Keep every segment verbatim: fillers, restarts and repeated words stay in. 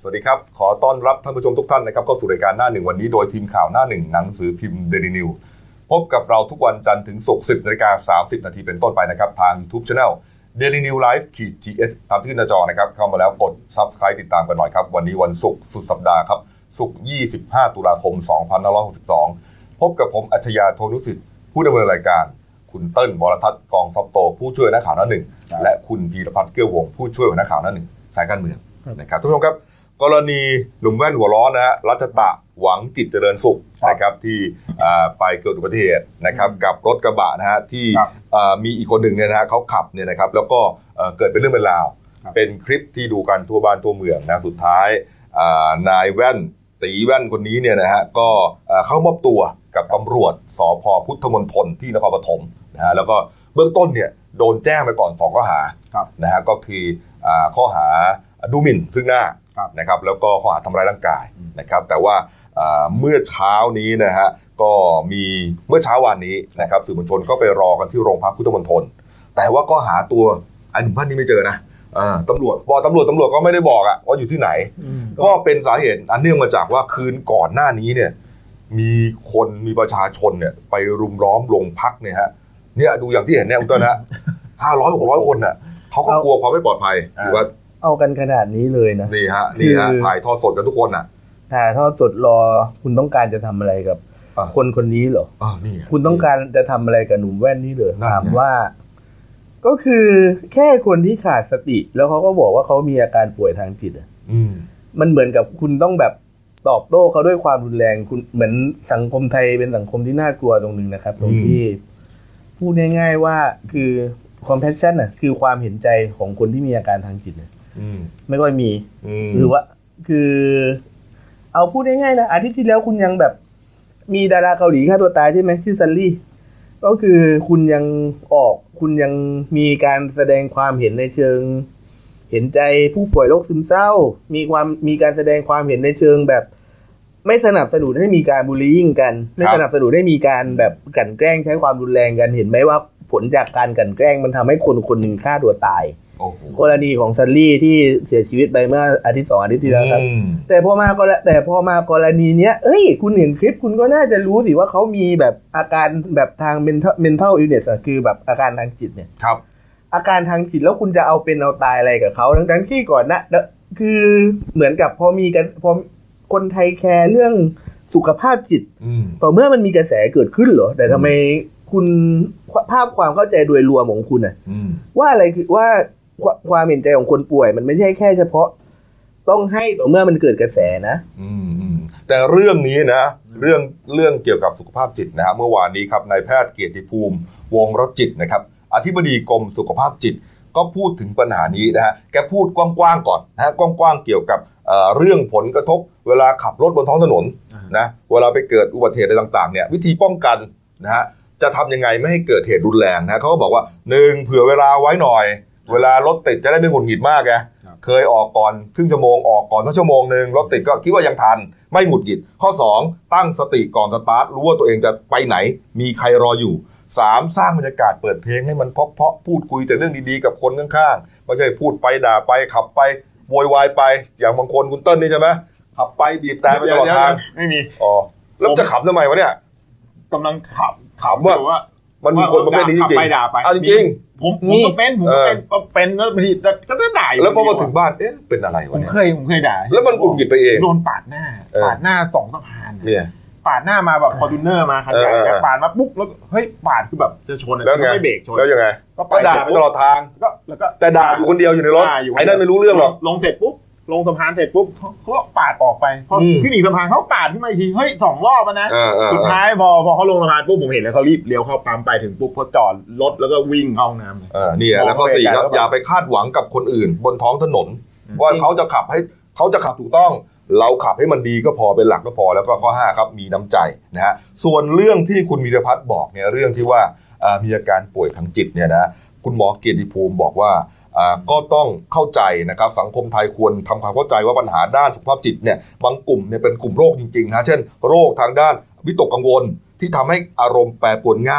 สวัสดีครับขอต้อนรับท่านผู้ชมทุกท่านนะครับเข้าสู่รายการหน้าหนึ่งวันนี้โดยทีมข่าวหน้าหนึ่งหนังสือพิมพ์ Daily News พบกับเราทุกวันจันทร์ถึงศุกร์ สิบนาฬิกาสามสิบนาทีเป็นต้นไปนะครับทาง YouTube Channel Daily News Live ขีด จี เอส ตามที่ขึ้นหน้าจอนะครับเข้ามาแล้วกด Subscribe ติดตามกันหน่อยครับวันนี้วันศุกร์สุดสัปดาห์ครับศุกร์ยี่สิบห้าตุลาคมสองพันห้าร้อยหกสิบสองพบกับผมอัจฉริยะ โทนุสิทธิ์ผู้ดำเนินรายการคุณเติ้ลวรทัศน์กองซับโตผู้ช่วยนักข่าวหน้าหนึ่งและคุณพีรพัฒน์เกื้อวงผู้ช่วยนักข่าวหน้าหนึ่งสายการเมืองนะครับทุกท่านครับกรณีหนุ่มแว่นหัวร้อนนะฮะรัชตะหวังจิตเจริญสุขนะครับที่ไปเกิดอุบัติเหตุนะครับกับรถกระบะนะฮะที่มีอีกคนหนึ่งเนี่ยนะฮะเขาขับเนี่ยนะครับแล้วก็เกิดเป็นเรื่องเป็นราวเป็นคลิปที่ดูกันทั่วบ้านทั่วเมืองนะสุดท้ายนายแว่นตีแว่นคนนี้เนี่ยนะฮะก็เข้ามอบตัวกับตำรวจสภ.พุทธมณฑลที่นครปฐมนะฮะแล้วก็เบื้องต้นเนี่ยโดนแจ้งไปก่อนสองข้อหานะฮะก็คือข้อหาดูหมิ่นซึ่งหน้านะครับแล้วก็ข้อหาทำร้ายร่างกายนะครับแต่ว่าเมื่อเช้านี้นะฮะก็มีเมื่อเช้าวันนี้นะครับสื่อมวลชนก็ไปรอกันที่โรงพักพุทธมณฑลแต่ว่าก็หาตัวไอ้หนุ่มท่านนี้ไม่เจอนะตำรวจบอกตำรวจตำรวจก็ไม่ได้บอกอะว่าอยู่ที่ไหนก็เป็นสาเหตุอันเนื่องมาจากว่าคืนก่อนหน้านี้เนี่ยมีคนมีประชาชนเนี่ยไปรุมล้อมโรงพักเนี่ยฮะเนี่ยดูอย่างที่เห็นเนี่ยคุณต้นฮะห้าร้อยหกร้อยคนน่ะเขาก็กลัวความไม่ปลอดภัยหรือว่าเอากันขนาดนี้เลยนะนี่ฮะนี่ฮะถ่ายทอดสดกันทุกคนน่ะถ่ายทอดสดรอคุณต้องการจะทำอะไรกับคนคนนี้เหรออ๋อนี่คุณต้องการจะทำอะไรกับหนุ่มแว่นนี่เหรอถามว่าก็คือแค่คนที่ขาดสติแล้วเขาก็บอกว่าเขามีอาการป่วยทางจิตอ่ะมันเหมือนกับคุณต้องแบบตอบโต้เขาด้วยความรุนแรงคุณเหมือนสังคมไทยเป็นสังคมที่น่ากลัวตรงนึงนะครับตรงที่พูดง่ายๆว่าคือ compassion น่ะคือความเห็นใจของคนที่มีอาการทางจิตเนี่ยไม่ค่อยมีหรือว่าคือเอาพูดง่ายๆนะอาทิตย์ที่แล้วคุณยังแบบมีดาราเกาหลีฆ่าตัวตายใช่ไหมชื่อซันลี่ก็คือคุณยังออกคุณยังมีการแสดงความเห็นในเชิงเห็นใจผู้ป่วยโรคซึมเศร้ามีความมีการแสดงความเห็นในเชิงแบบไม่สนับสนุนให้มีการบูลลี่กันไม่สนับสนุนให้มีการแบบกลั่นแกล้งใช้ความรุนแรงกันเห็นไหมว่าผลจากการกลั่นแกล้งมันทำให้คนคนหนึ่งฆ่าตัวตายกรณีของซันลี่ที่เสียชีวิตไปเมื่ออาทิตย์สองอาทิตย์ที่แล้วครับแต่พอมาก็แต่พอมากรณีเนี้ยเอ้ยคุณเห็นคลิปคุณก็น่าจะรู้สิว่าเขามีแบบอาการแบบทาง mental mental illness คือแบบอาการทางจิตเนี่ยครับอาการทางจิตแล้วคุณจะเอาเป็นเอาตายอะไรกับเขาทั้งๆที่ก่อนนะคือเหมือนกับพอมีกันพอคนไทยแคร์เรื่องสุขภาพจิตต่อเมื่อมันมีกระแสเกิดขึ้นเหรอแต่ทำไมคุณภาพความเข้าใจโดยรวมของคุณน่ะว่าอะไรคือว่าความเห็นใจของคนป่วยมันไม่ใช่แค่เฉพาะต้องให้ต่อเมื่อมันเกิดกระแสนะแต่เรื่องนี้นะเรื่องเรื่องเกี่ยวกับสุขภาพจิตนะฮะเมื่อวานนี้ครับนายแพทย์เกียรติภูมิวงศ์รจิตนะครับอธิบดีกรมสุขภาพจิตก็พูดถึงปัญหานี้นะฮะแกพูดกว้างๆก่อนนะฮะกว้างๆเกี่ยวกับเอ่อเรื่องผลกระทบเวลาขับรถบนท้องถนนนะเวลาไปเกิดอุบัติเหตุอะไรต่างๆเนี่ยวิธีป้องกันนะฮะจะทำยังไงไม่ให้เกิดเหตุรุนแรงนะเขาก็บอกว่าหนึ่งเผื่อเวลาไว้หน่อยเวลารถติดจะได้ไม่หงุดหงิดมากไงเคยออกก่อนครึ่งชั่วโมงออกก่อนสักชั่วโมงนึงรถติดก็คิดว่ายังทันไม่หงุดหงิดข้อสองตั้งสติก่อนสตาร์ทรู้ว่าตัวเองจะไปไหนมีใครรออยู่สามสร้างบรรยากาศเปิดเพลงให้มันเพราะๆพูดคุยแต่เรื่องดีๆกับคนข้างๆไม่ใช่พูดไปด่าไปขับไปโวยวายไปอย่างบางคนคุณเติ้ลนี่ใช่ไหมขับไปบีบแต่ไปตลอดทางไม่มีอ๋อแล้วจะขับทำไมวะเนี่ยกำลังขับขับว่ามันมีคนประเภทนี้จริงๆเอาจริงๆผมผมก็เป็นผมก็เป็นเป็นแล้วบางทีก็ได้ด่าแล้วพอมาถึงบ้านเอ๊ะเป็นอะไรวะเนี่ยผมเคยผมเคยด่าแล้วมันหงุดหงิดไปเองโดนปาดหน้าปาดหน้าสองสะพานเนี่ยปาดหน้ามาแบบฟอร์จูเนอร์มาคันใหญ่แล้วปาดมาปุ๊บแล้วเฮ้ยปาดคือแบบจะชนแล้วไม่เบรกชนแล้วยังไงก็ด่าไปตลอดทางก็แล้วก็แต่ด่าอยู่คนเดียวอยู่ในรถไอ้นั่นไม่รู้เรื่องหรอกลงเสร็จปุ๊บลงสะพานเสร็จปุ๊บเขาก็ปาดออกไปพอขึ้นอีกสะพานเขาปาดขึ้นมาอีกทีเฮ้ยสองรอบนะสุดท้ายพอพอเขาลงสะพานปุ๊บผมเห็นแล้วเขารีบเลี้ยวเข้าปั๊มไปถึงปุ๊บเขาจอดรถแล้วก็วิ่งเข้าห้องน้ำเลยเออนี่แล้วข้อสี่ครับอย่าไปคาดหวังกับคนอื่นบนท้องถนนว่าเขาจะขับให้เขาจะขับถูกต้องเราขับให้มันดีก็พอเป็นหลักก็พอแล้วก็ข้อห้าครับมีน้ำใจนะฮะส่วนเรื่องที่คุณวีรพัฒน์บอกเนี่ยเรื่องที่ว่ามีอาการป่วยทางจิตเนี่ยนะคุณหมอเกียรติภูมิบอกว่าก็ต้องเข้าใจนะครับสังคมไทยควรทำความเข้าใจว่าปัญหาด้านสุขภาพจิตเนี่ยบางกลุ่มเนี่ยเป็นกลุ่มโรคจริงๆนะเช่นโรคทางด้านวิตกกังวลที่ทำให้อารมณ์แปรปรวนง่าย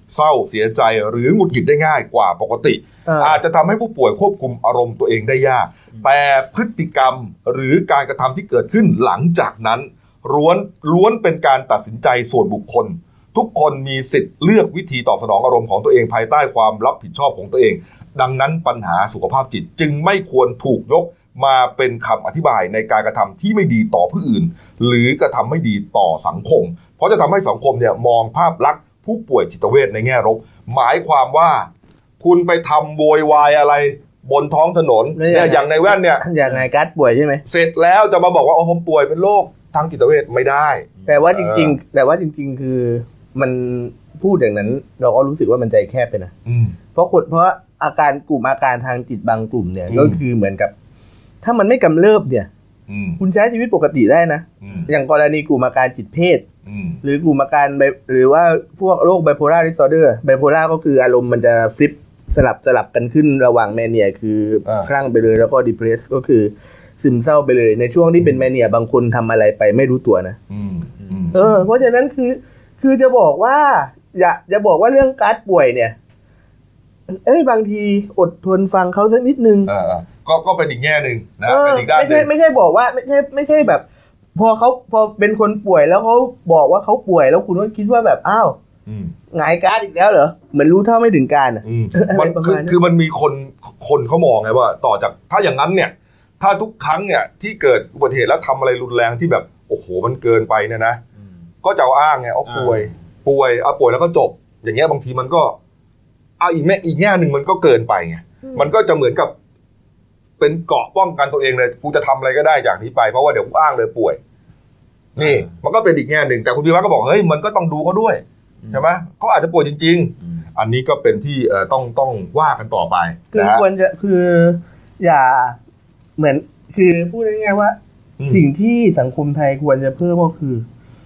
เศร้าเสียใจหรือหงุดหงิดได้ง่ายกว่าปกติ อาจจะทำให้ผู้ป่วยควบคุมอารมณ์ตัวเองได้ยากแต่พฤติกรรมหรือการกระทำที่เกิดขึ้นหลังจากนั้นล้วนล้วนเป็นการตัดสินใจส่วนบุคคลทุกคนมีสิทธิ์เลือกวิธีตอบสนองอารมณ์ของตัวเองภายใต้ความรับผิดชอบของตัวเองดังนั้นปัญหาสุขภาพจิตจึงไม่ควรถูกยกมาเป็นคำอธิบายในการกระทำที่ไม่ดีต่อผู้อื่นหรือกระทำไม่ดีต่อสังคมเพราะจะทำให้สังคมเนี่ยมองภาพลักษณ์ผู้ป่วยจิตเวชในแง่ลบหมายความว่าคุณไปทำโวยวายอะไรบนท้องถนนเนี่ยอย่างในแว่นเนี่ยอย่างไงกัดป่วยใช่ไหมเสร็จแล้วจะมาบอกว่าโอ้ผมป่วยเป็นโรคทางจิตเวชไม่ได้แต่ว่าจริงๆแต่ว่าจริงๆคือมันพูดอย่างนั้นเราก็รู้สึกว่ามันใจแคบไปนะเพราะคนเพราะอาการกลุ่มอาการทางจิตบางกลุ่มเนี่ยก็คือเหมือนกับถ้ามันไม่กำเริบเนี่ยคุณใช้ชีวิตปกติได้นะอย่างกรณีกลุ่มอาการจิตเภทหรือกลุ่มอาการหรือว่าพวกโรคไบโพล่าดิสออเดอร์ไบโพล่าก็คืออารมณ์มันจะฟลิปสลับสลับกันขึ้นระหว่างแมเนียคือคลั่งไปเลยแล้วก็ดิเพรสก็คือซึมเศร้าไปเลยในช่วงที่เป็นแมเนียบางคนทำอะไรไปไม่รู้ตัวนะเออเพราะฉะนั้นคือคือจะบอกว่าอย่าจะบอกว่าเรื่องการป่วยเนี่ยเอ้ยบางทีอดทนฟังเขาสักนิดนึงก็ก็เป็นอีกแง่นึงนะเป็นอีกด้านนึงไม่ใช่ไม่ใช่บอกว่าไม่ใช่ไม่ใช่แบบพอเขาพอเป็นคนป่วยแล้วเขาบอกว่าเขาป่วยแล้วคุณก็คิดว่าแบบอ้าวหงายการ์ดอีกแล้วเหรอเหมือนรู้เท่าไม่ถึงการอ่ะมันคือคือมันมีคนคนเขามองไงว่าต่อจากถ้าอย่างนั้นเนี่ยถ้าทุกครั้งเนี่ยที่เกิดอุบัติเหตุแล้วทำอะไรรุนแรงที่แบบโอ้โหมันเกินไปเนี่ยนะก็จะเอาอ้างไงเอาป่วยป่วยเอาป่วยแล้วก็จบอย่างเงี้ยบางทีมันก็เอาอีกแม่อีกแง่นึงมันก็เกินไปไงมันก็จะเหมือนกับเป็นเกราะป้องกันตัวเองเลยกูจะทำอะไรก็ได้จากนี้ไปเพราะว่าเดี๋ยวกูอ้างเลยป่วยนี่มันก็เป็นอีกแง่นึงแต่คุณพิวัฒน์ก็บอกเฮ้ยมันก็ต้องดูเขาด้วยใช่ไหมเขาอาจจะป่วยจริงๆอันนี้ก็เป็นที่เอ่อต้องต้องว่ากันต่อไปคือควรจะคืออย่าเหมือนคือพูดง่ายๆว่าสิ่งที่สังคมไทยควรจะเพิ่มก็คือ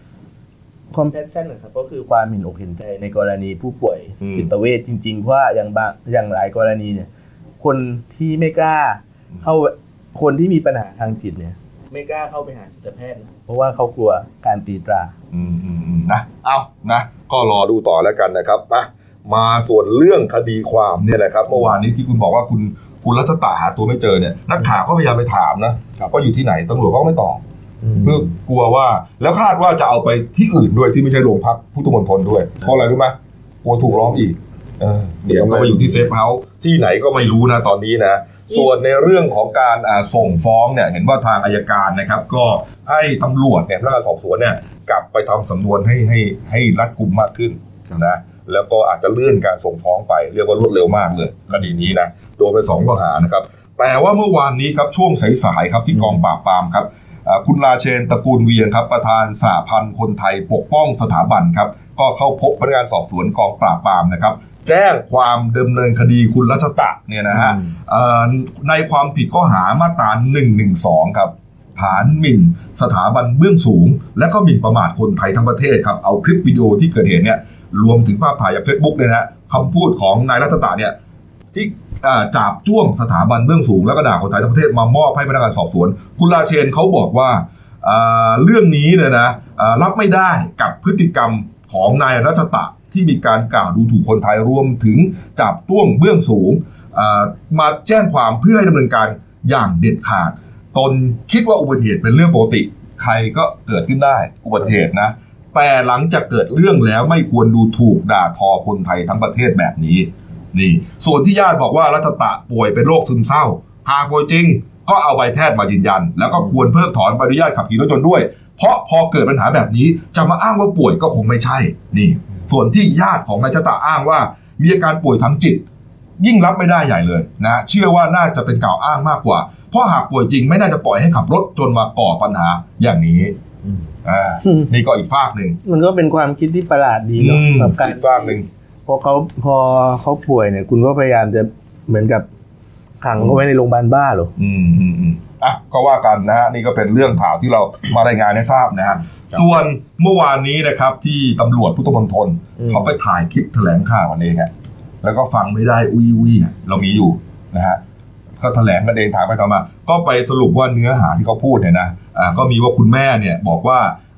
compassion นะครับก็คือความเห็นอกเห็นใจในกรณีผู้ป่วยจิตเวชจริงๆเพราะอย่างบางอย่างหลายกรณีเนี่ยคนที่ไม่กล้าเข้าคนที่มีปัญหาทางจิตเนี่ยไม่กล้าเข้าไปหาจิตแพทย์เพราะว่าเขากลัวการตีตราอืมๆๆนะเอานะก็รอดูต่อแล้วกันนะครับมามาส่วนเรื่องคดีความเนี่ยแหละครับเมื่อวานนี้ที่คุณบอกว่าคุณคุณรัชตะหาตัวไม่เจอเนี่ยนักข่าวก็พยายามไปถามนะว่าอยู่ที่ไหนตำรวจก็ไม่ตอบเพื่อกลัวว่าแล้วคาดว่าจะเอาไปที่อื่นด้วยที่ไม่ใช่โรงพักพุทธมณฑลด้วยเพราะอะไรรู้ไหมกลัวถูกร้องอีกเออเดี๋ยวก็ไปอยู่ที่เซฟเฮาส์ที่ไหนก็ไม่รู้นะตอนนี้นะส่วนในเรื่องของการส่งฟ้องเนี่ยเห็นว่าทางอัยการนะครับก็ให้ตำรวจเนี่ยพนักงานสอบสวนเนี่ยกลับไปทำสำนวนให้ให้ให้รัดกุมมากขึ้นนะแล้วก็อาจจะเลื่อนการส่งฟ้องไปเรียกว่ารวดเร็วมากเลยคดีนี้นะโดนไปสองข้อหานะครับแต่ว่าเมื่อวานนี้ครับช่วงสายๆครับที่กองปราบปรามครับคุณราเชนตระกูลเวียงครับประธานสหพันธ์คนไทยปกป้องสถาบันครับก็เข้าพบพนักงานสอบสวนกองปราบปรามนะครับแจ้งความดำเนินคดีคุณรัชตะเนี่ยนะฮะในความผิดข้อหามาตราหนึ่งหนึ่งสองครับฐานหมิ่นสถาบันเบื้องสูงและก็หมิ่นประมาทคนไทยทั้งประเทศครับเอาคลิปวิดีโอที่เกิดเหตุเนี่ยรวมถึงภาพถ่ายจาก Facebook เนี่ยนะคำพูดของนายรัชตะเนี่ยที่จับจ้วงสถาบันเบื้องสูงและก็ด่าคนไทยทั้งประเทศมามอบให้พนักงานสอบสวนคุณราเชนเขาบอกว่าเรื่องนี้เนี่ยนะรับไม่ได้กับพฤติกรรมของนายรัชตะที่มีการกล่าวดูถูกคนไทยรวมถึงจับจ้วงเบื้องสูงมาแจ้งความเพื่อให้ดำเนินการอย่างเด็ดขาดตนคิดว่าอุบัติเหตุเป็นเรื่องปกติใครก็เกิดขึ้นได้อุบัติเหตุนะแต่หลังจากเกิดเรื่องแล้วไม่ควรดูถูกด่าทอคนไทยทั้งประเทศแบบนี้นี่ส่วนที่ญาติบอกว่ารัชตะป่วยเป็นโรคซึมเศร้าหากป่วยจริงก็เอาใบแพทย์มายืนยันแล้วก็ควรเพิกถอนใบอนุญาตขับขี่รถยนต์ด้วยเพราะพอเกิดปัญหาแบบนี้จะมาอ้างว่าป่วยก็คงไม่ใช่นี่ส่วนที่ญาติของนายรัชตะอ้างว่ามีอาการป่วยทางจิตยิ่งรับไม่ได้ใหญ่เลยนะเชื่อว่าน่าจะเป็นกล่าวอ้างมากกว่าเพราะหากป่วยจริงไม่น่าจะปล่อยให้ขับรถจนมาก่อปัญหาอย่างนี้อ่านี่ก็อีกฝากหนึ่งมันก็เป็นความคิดที่ประหลาดดีเนาะกับการอีกฝากหนึ่งพอเขาพอเขาป่วยเนี่ยคุณก็พยายามจะเหมือนกับขังเขาไว้ในโรงพยาบาลบ้าหรออืมอืมอืมอ่ะก็ว่ากันนะฮะนี่ก็เป็นเรื่องข่าวที่เรามารายงานให้ทราบนะฮะส่วนเมื่อวานนี้นะครับที่ตำรวจพุทธมณฑลเขาไปถ่ายคลิปแถลงข่าวกันเองอ่ะแล้วก็ฟังไม่ได้อุ้ยอุ้ยเรามีอยู่นะฮะเขาแถลงกันเองถามไปต่อมาก็ไปสรุปว่าเนื้อหาที่เขาพูดเนี่ยนะอ่าก็มีว่าคุณแม่เนี่ยบอกว่า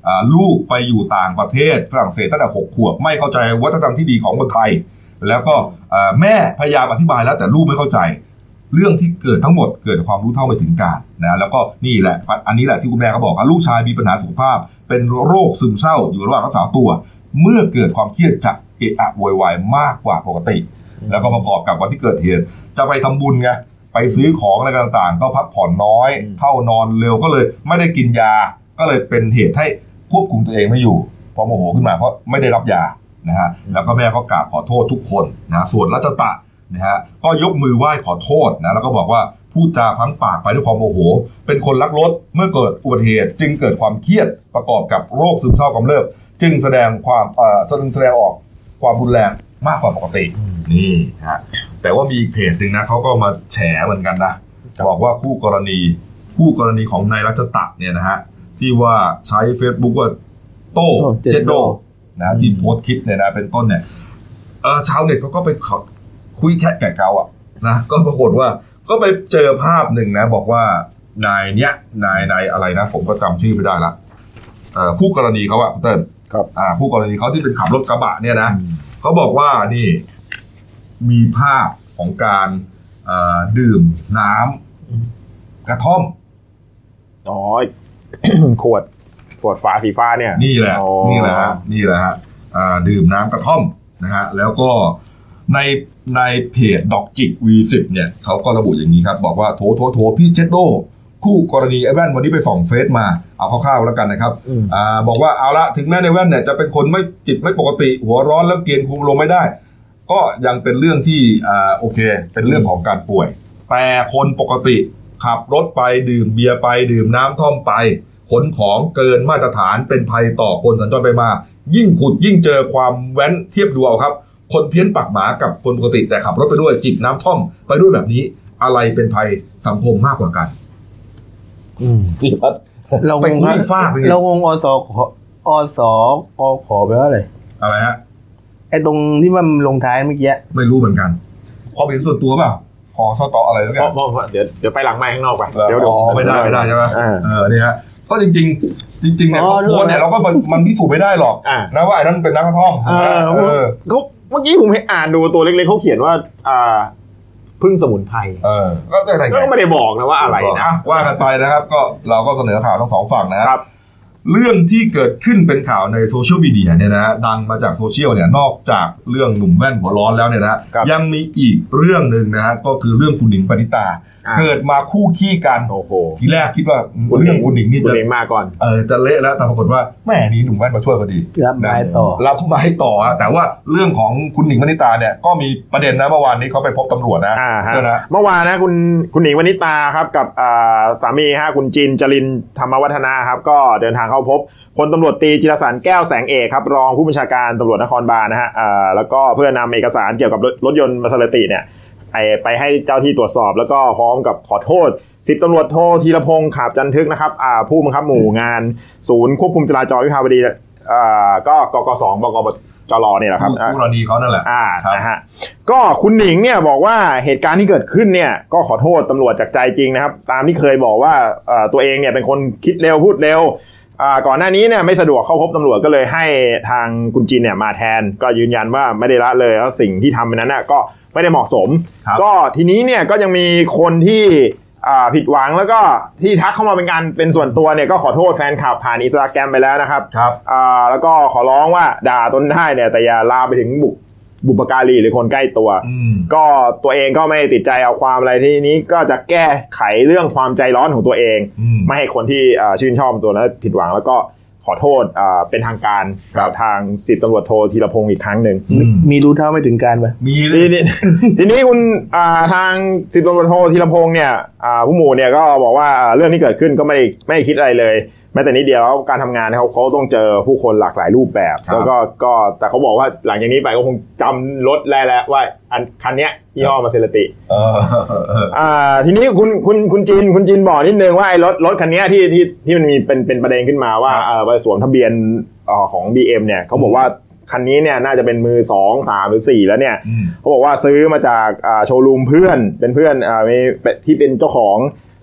ลูกไปอยู่ต่างประเทศฝรั่งเศสตั้งแต่หกขวบไม่เข้าใจวัฒนธรรมที่ดีของคนไทยแล้วก็แม่พยายามอธิบายแล้วแต่ลูกไม่เข้าใจเรื่องที่เกิดทั้งหมดเกิดความรู้เท่าไม่ถึงการนะแล้วก็นี่แหละอันนี้แหละที่คุณแม่เขาบอกว่าลูกชายมีปัญหาสุขภาพเป็นโรคซึมเศร้าอยู่ระหว่างรักษาตัวเมื่อเกิดความเครียดจะเอะอะโวยวายมากกว่าปกติแล้วก็ประกอบกับวันที่เกิดเหตุจะไปทำบุญไงไปซื้อของอะไรต่างๆก็พักผ่อนน้อยเข้านอนเร็วก็เลยไม่ได้กินยาก็เลยเป็นเหตุให้ควบคุมตัวเองไม่อยู่พอโมโหขึ้นมาเพราะไม่ได้รับยานะฮะแล้วก็แม่ก็กราบขอโทษทุกคนนะส่วนรัชตะนะฮะก็ยกมือไหว้ขอโทษนะแล้วก็บอกว่าพูดจาพังปากไปด้วยความโมโหเป็นคนรักรถเมื่อเกิดอุบัติเหตุจึงเกิดความเครียดประกอบกับโรคซึมเศร้ากำเริบจึงแสดงความเอ่อแสดงออกความรุนแรงมากกว่าปกตินี่ฮะแต่ว่ามีอีกเพจนึงนะเขาก็มาแฉเหมือนกันนะบอกว่าคู่กรณีคู่กรณีของนายรัชตะเนี่ยนะฮะที่ว่าใช้ Facebook ว่าโต้เจโดนะที่โพสต์คลิปเนี่ยนะเป็นต้นเนี่ยเออชาวเน็ตเขาก็ไปคุยแค่แก่เกาอ่ะนะก็ปรากฏว่าก็ไปเจอภาพหนึ่งนะบอกว่านายเนี้ยนายนายอะไรนะผมก็จำชื่อไม่ได้ละเอ่อคู่กรณีเขาอะเติ้ลครับอ่าคู่กรณีเขาที่เป็นขับรถกระบะเนี่ยนะเขาบอกว่านี่มีภาพของการเอ่อดื่มน้ำกระท่อมอ๋อ ขวดขวดฝาสีฟ้าเนี่ยนี่แหละนี่แหละฮะนี่แหละฮะอ่าดื่มน้ำกระท่อมนะฮะแล้วก็ในในเพจดอกจิก วี สิบ เนี่ยเขาก็ระบุอย่างนี้ครับบอกว่าโถโถโถพี่เจโดคู่กรณีไอ้แว่นวันนี้ไปส่องเฟซมาเอาคร่าวๆแล้วกันนะครับอ่าบอกว่าเอาละถึงแม้ในแว่นเนี่ยจะเป็นคนไม่จิตไม่ปกติหัวร้อนแล้วเกียร์คุมลงไม่ได้ก็ยังเป็นเรื่องที่อ่าโอเคเป็นเรื่องของการป่วยแต่คนปกติขับรถไปดื่มเบียร์ไปดื่มน้ำท่อมไปขนของเกินมาตรฐานเป็นภัยต่อคนสัญจรไปมายิ่งขุดยิ่งเจอความแว้นเทียบดูเอาครับคนเพี้ยนปากหมากับคนปกติแต่ขับรถไปด้วยจิบน้ำท่อมไปด้วยแบบนี้อะไรเป็นภัยสังคมมากกว่ากันอืมที่ว่าเราไปคุยฟ้าเรางงอสอสกขอไปว่าอะไรอะไรฮะไอ้ตรงที่มันลงท้ายเมื่อกี้ไม่รู้เหมือนกันพอเป็นส่วนตัวเปล่าขอสตออะไรสักอย่างเดี๋ยวเดี๋ยวไปหลังไม้ข้างนอกไปเดี๋ยวอ๋อไม่ได้ไม่ได้ใช่ไหมเออนี่ฮะก็จริงๆจริงๆเนี่ยโพสเนี่ยเราก็มันพิสูจน์ไม่ได้หรอกนะว่าไอ้นั่นเป็นน้ำกระท่อมเออเขาเมื่อกี้ผมเห็นอ่านดูตัวเล็กๆเขาเขียนว่าอ่าพึ่งสมุนไพรเออก็แต่ก็ไม่ได้บอกนะว่าอะไรนะว่ากันไปนะครับก็เราก็เสนอข่าวทั้งสองฝั่งนะครับเรื่องที่เกิดขึ้นเป็นข่าวในโซเชียลมีเดียเนี่ยนะดังมาจากโซเชียลเนี่ยนอกจากเรื่องหนุ่มแว่นหัวร้อนแล้วเนี่ยนะยังมีอีกเรื่องนึงนะฮะก็คือเรื่องคุณหนิงปณิตาเกิดมาคู่ขี้กันทีแรกคิดว่าเรื่องคุณหนิงนี่จะมาก่อนเออจะเละแล้วแต่ปรากฏว่าแม่นี้หนุ่มแว่นมาช่วยพอดีรับไม้ต่อรับไม้ต่อแต่ว่าเรื่องของคุณหนิงปณิตาเนี่ยก็มีประเด็นนะเมื่อวานนี้เขาไปพบตำรวจนะเมื่อวานนะคุณคุณหนิงปณิตาครับกับสามีฮะคุณจินจรินธรรมวัฒนาครับก็เดินทางเข้าพบพลตำรวจตรีจิรสารแก้วแสงเอกครับรองผู้บัญชาการตำรวจนครบาลนะฮะแล้วก็เพื่อนำเอกสารเกี่ยวกับรถยนต์มาสเตอร์ติเนี่ยไปไปให้เจ้าที่ตรวจสอบแล้วก็พร้อมกับขอโทษสิบตำรวจโทธีรพงษ์ขาบจันทึกนะครับผู้บังคับหมู่งานศูนย์ควบคุมจราจรวิภาวดีก็กกสองบกบจรเนี่ยแหละครับผู้กรณีเขานั่นแหละนะฮะก็คุณหนิงเนี่ยบอกว่าเหตุการณ์ที่เกิดขึ้นเนี่ยก็ขอโทษตำรวจจากใจจริงนะครับตามที่เคยบอกว่าตัวเองเนี่ยเป็นคนคิดเร็วพูดเร็วก่อนหน้านี้เนี่ยไม่สะดวกเข้าพบตำรวจก็เลยให้ทางคุณจินเนี่ยมาแทนก็ยืนยันว่าไม่ได้ละเลยแล้วสิ่งที่ทำไปนั้นน่ะก็ไม่ได้เหมาะสมก็ทีนี้เนี่ยก็ยังมีคนที่ผิดหวังแล้วก็ที่ทักเข้ามาเป็นการเป็นส่วนตัวเนี่ยก็ขอโทษแฟนคลับผ่านอินสตาแกรมไปแล้วนะครับแล้วก็ขอร้องว่าด่าตนได้เนี่ยแต่อย่าลามไปถึงบุกบุปการีหรือคนใกล้ตัวก็ตัวเองก็ไม่ติดใจเอาความอะไรที่นี้ก็จะแก้ไขเรื่องความใจร้อนของตัวเองไม่ให้คนที่ชื่นชอบตัวนั้นผิดหวังแล้วก็ขอโทษเป็นทางการกับทางสิบตำรวจโทธีรพงษ์อีกครั้งหนึ่งมีรู้เท่าไม่ถึงการไหมมีทีนี้คุณทางสิบตำรวจโทธีรพงษ์เนี่ยผู้หมู่เนี่ยก็บอกว่าเรื่องที่เกิดขึ้นก็ไม่ไม่คิดอะไรเลยแม้แต่นิดเดียวการทำงานเขาเขาต้องเจอผู้คนหลากหลายรูปแบบแล้วก็ก็แต่เขาบอกว่าหลังจากนี้ไปก็คงจำรถแล้วแหละว่าอันคันนี้ยี่ห้อมาเซราติอ่าทีนี้คุณคุณคุณจินคุณจินบอกนิดนึงว่าไอ้รถรถคันนี้ที่ที่ที่มันมีเป็นเป็นประเด็นขึ้นมาว่าเออไปสวมทะเบียนของ บี เอ็ม เนี่ยเขาบอกว่าคันนี้เนี่ยน่าจะเป็นมือสองสามหรือสี่แล้วเนี่ยเขาบอกว่าซื้อมาจากโชว์รูมเพื่อนเป็นเพื่อนที่เป็นเจ้าของ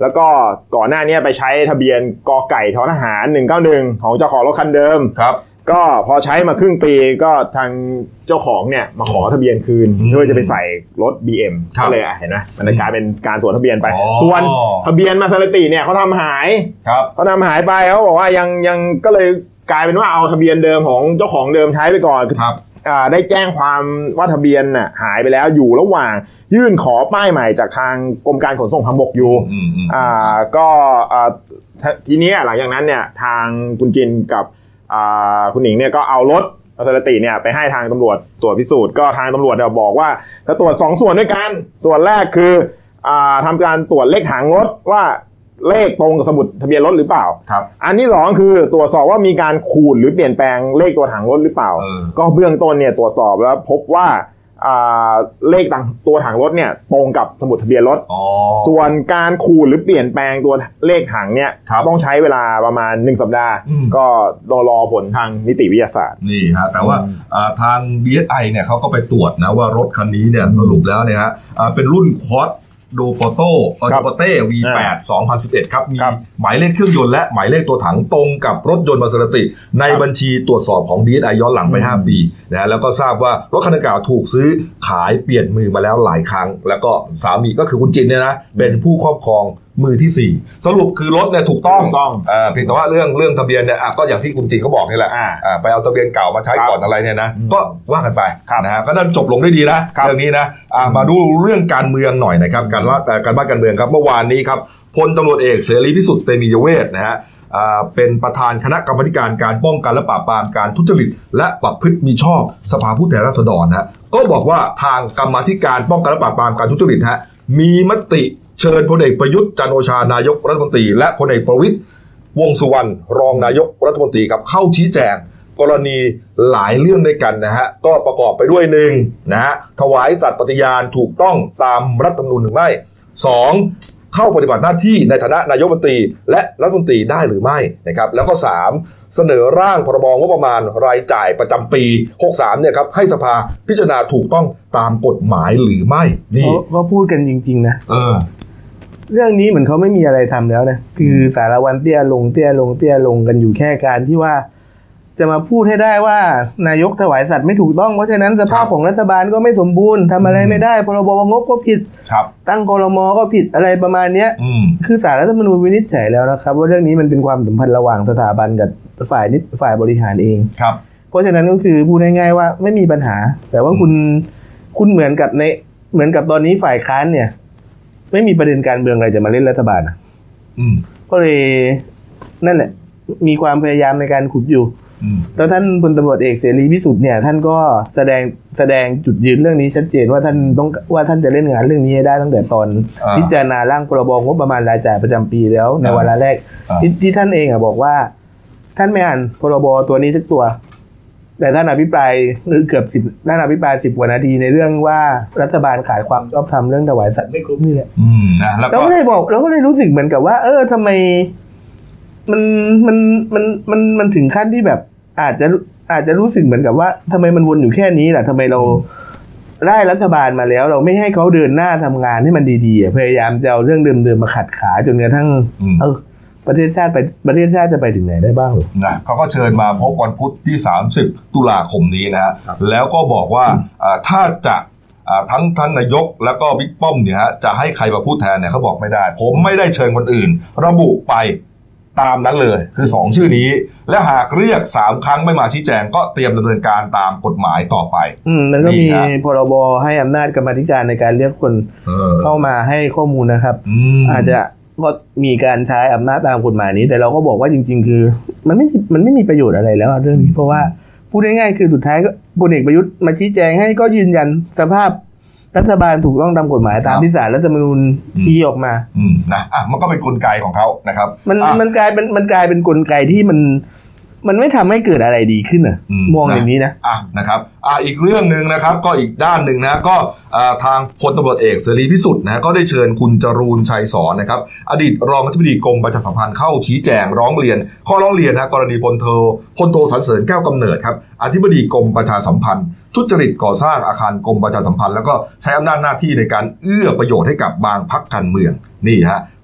แล้วก็ก่อนหน้านี้ไปใช้ทะเบียนกไก่ททหารหนึ่งเก้าหนึ่งของเจ้าของรถคันเดิมครับก็พอใช้มาครึ่งปีก็ทางเจ้าของเนี่ยมาขอทะเบียนคืนเพื่อจะไปใส่รถ บี เอ็ม ก็เลยเห็นไหมมันกลายเป็นการสวนทะเบียนไปส่วนทะเบียนมาซาเลติเนี่ยเขาทำหายเขาทำหายไปเขาบอกว่ายังยังก็เลยกลายเป็นว่าเอาทะเบียนเดิมของเจ้าของเดิมใช้ไปก่อนได้แจ้งความว่าทะเบียนน่ะหายไปแล้วอยู่ระหว่างยื่นขอป้ายใหม่จากทางกรมการขนส่งทางบกอยู่อ่าก็อ่าทีนี้หลังจากนั้นเนี่ยทางคุณจินกับอ่าคุณหนิงเนี่ยก็เอารถมาซาเลติเนี่ยไปให้ทางตำรวจตรวจพิสูจน์ก็ทางตำรวจเนี่ยบอกว่าจะตรวจสองส่วนด้วยกันส่วนแรกคืออ่าทำการตรวจเลขถังรถว่าเลขตรงกับสมุดทะเบียนรถหรือเปล่าครับอันที่สองคือตรวจสอบว่ามีการขูดหรือเปลี่ยนแปลงเลขตัวถังรถหรือเปล่าก็เบื้องต้นเนี่ยตรวจสอบแล้วพบว่าเลขตัวถังรถเนี่ยตรงกับสมุดทะเบียนรถส่วนการขูดหรือเปลี่ยนแปลงตัวเลขถังเนี่ยต้องใช้เวลาประมาณหนึ่งสัปดาห์ก็รอรอผลทางนิติวิทยาศาสตร์นี่ฮะแต่ว่าทาง ดี เอส ไอ เนี่ยเขาก็ไปตรวจนะว่ารถคันนี้เนี่ยสรุปแล้วเนี่ยฮะเป็นรุ่นคอร์สโดโปโต้ออโดโปเต้ วี แปด สองพันสิบเอ็ด ครับมีหมายเลขเครื่องยนต์และหมายเลขตัวถังตรงกับรถยนต์มาซาเลติในบัญชีตรวจสอบของ ดี เอส ไอ ย้อนหลังไปห้าปีนะแล้วก็ทราบว่ารถคันดังกล่าวถูกซื้อขายเปลี่ยนมือมาแล้วหลายครั้งแล้วก็สามีก็คือคุณจินเนี่ยนะเป็นผู้ครอบครองมือที่สี่สรุปคือรถเนี่ยถูกต้องต้องอ่าเพียงแต่ว่าเรื่องเรื่องทะเบียนเนี่ยอ่ะก็อย่างที่คุณจินเขาบอกนี่แหละอ่าไปเอาทะเบียนเก่ามาใช้ก่อนอะไรเนี่ยนะก็ว่ากันไปนะฮะก็นั่นจบลงได้ดีนะเรื่องนี้นะอ่ามาดูเรื่องการเมืองหน่อยนะครับการว่าการบ้านการเมืองครับเมื่อวานนี้ครับพลตำรวจเอกเสรีพิสุทธิ์เตมียเวทนะฮะอ่าเป็นประธานคณะกรรมาธิการการป้องกันและปราบปรามการทุจริตและประพฤติมิชอบสภาผู้แทนราษฎรนะฮะก็บอกว่าทางกรรมาธิการป้องกันและปราบปรามการทุจริตฮะมีมติเชิญพลเอกประยุทธ์จันทร์โอชานายกรัฐมนตรีและพลเอกประวิตรวงษ์สุวรรณรองนายกรัฐมนตรีครับเข้าชี้แจงกรณีหลายเรื่องด้วยกันนะฮะก็ประกอบไปด้วยหนึ่งนะฮะถวายสัตย์ปฏิญาณถูกต้องตามรัฐธรรมนูญหรือไม่สองเข้าปฏิบัติหน้าที่ในฐานะนายกรัฐมนตรีและรัฐมนตรีได้หรือไม่นะครับแล้วก็สามเสนอร่างพรบงบประมาณรายจ่ายประจำปีหกสิบสามเนี่ยครับให้สภาพิจารณาถูกต้องตามกฎหมายหรือไม่นี่ก็พูดกันจริงๆนะเออเรื่องนี้เหมือนเขาไม่มีอะไรทำแล้วนะคือสารวันเตี้ยลงเตี้ยลงเตี้ยลงกันอยู่แค่การที่ว่าจะมาพูดให้ได้ว่านายกถวายสัตย์ไม่ถูกต้องเพราะฉะนั้นสภาพของรัฐบาลก็ไม่สมบูรณ์ทำอะไรไม่ได้พรบงบก็ผิดตั้งครม.ก็ผิดอะไรประมาณนี้คือศาลรัฐธรรมนูญวินิจฉัยแล้วนะครับว่าเรื่องนี้มันเป็นความสัมพันธ์ระหว่างสถาบันกับฝ่ายนิติฝ่ายบริหารเองเพราะฉะนั้นก็คือพูดง่ายๆว่าไม่มีปัญหาแต่ว่าคุณคุณเหมือนกับในเหมือนกับตอนนี้ฝ่ายค้านเนี่ยไม่มีประเด็นการเมืองอะไรจะมาเล่นรัฐบาลอ่ะก็เลยนั่นแหละมีความพยายามในการขุดอยู่แล้วท่านพลตำรวจเอกเสรีพิสุทธิ์เนี่ยท่านก็แสดงแสดงจุดยืนเรื่องนี้ชัดเจนว่าท่านต้องว่าท่านจะเล่นงานเรื่องนี้ให้ได้ตั้งแต่ตอนพิจารณาร่างพรบงบประมาณรายจ่ายประจำปีแล้วในวาระแรกที่ที่ท่านเองอ่ะบอกว่าท่านไม่อ่านพรบตัวนี้สักตัวแต่ท่านอภิปรายเกือบสิบท่านอภิปรายสิบกว่านาทีในเรื่องว่ารัฐบาลขาดความชอบธรรมเรื่องถวายสัตว์ไม่ครบนี่แหละเราก็เลยบอกเราก็เลยรู้สึกเหมือนกับว่าเออทำไมมันมันมันมันมันถึงขั้นที่แบบอาจจะอาจจะรู้สึกเหมือนกับว่าทำไมมันวนอยู่แค่นี้แหละทำไมเราได้รัฐบาลมาแล้วเราไม่ให้เขาเดินหน้าทำงานให้มันดีๆพยายามจะเอาเรื่องเดิมๆมาขัดขาจนกระทั่งเออประเทศชาติไปประเทศชาติจะไปถึงไหนได้บ้างหรอนะเขาก็เชิญมาพบวันพุธที่สามสิบตุลาคมนี้นะฮะแล้วก็บอกว่าถ้าจะทั้งท่านนายกแล้วก็บิ๊กป้อมเนี่ยฮะจะให้ใครมาพูดแทนเนี่ยเขาบอกไม่ได้ผมไม่ได้เชิญคนอื่นระบุไปตามนั้นเลยคือสองชื่อนี้และหากเรียกสามครั้งไม่มาชี้แจงก็เตรียมดำเนินการตามกฎหมายต่อไปอืมมันก็มีพรบให้อำนาจกรรมาธิการในการเรียกคนเข้ามาให้ข้อมูลนะครับอาจจะก็มีการใช้อำนาจตามกฎหมายนี้แต่เราก็บอกว่าจริงๆคือมันไม่มันไม่มีประโยชน์อะไรแล้วเรื่องนี้เพราะว่าพูดง่ายๆคือสุดท้ายก็พลเอกประยุทธ์มาชี้แจงให้ก็ยืนยันสภาพรัฐบาลถูกต้องตามกฎหมายตามที่ศาลรัฐธรรมนูญชี้ออกมาอืมนะอ่ะมันก็เป็นกลไกของเขานะครับมันมันกลายเป็นมันกลายเป็นกลไกที่มันมันไม่ทำให้เกิดอะไรดีขึ้นอ่ะมองอย่างนี้นะอ่ะนะครับอ่ะอีกเรื่องนึงนะครับก็อีกด้านนึงนะก็อ่าทางพลตำรวจเอกเสรีพิสุทธิ์นะก็ได้เชิญคุณจรูญชัยสอนนะครับอดีตรองอธิบดีกรมประชาสัมพันธ์เข้าชี้แจงร้องเรียนข้อร้องเรียนนะกรณีพลโทพลโทสรรเสริญแก้วกำเนิดครับอธิบดีกรมประชาสัมพันธ์ทุจริตก่อสร้างอาคารกรมประชาสัมพันธ์แล้วก็ใช้อำนาจหน้าที่ในการเอื้อประโยชน์ให้กับบางพรรคการเมืองนี่ฮะ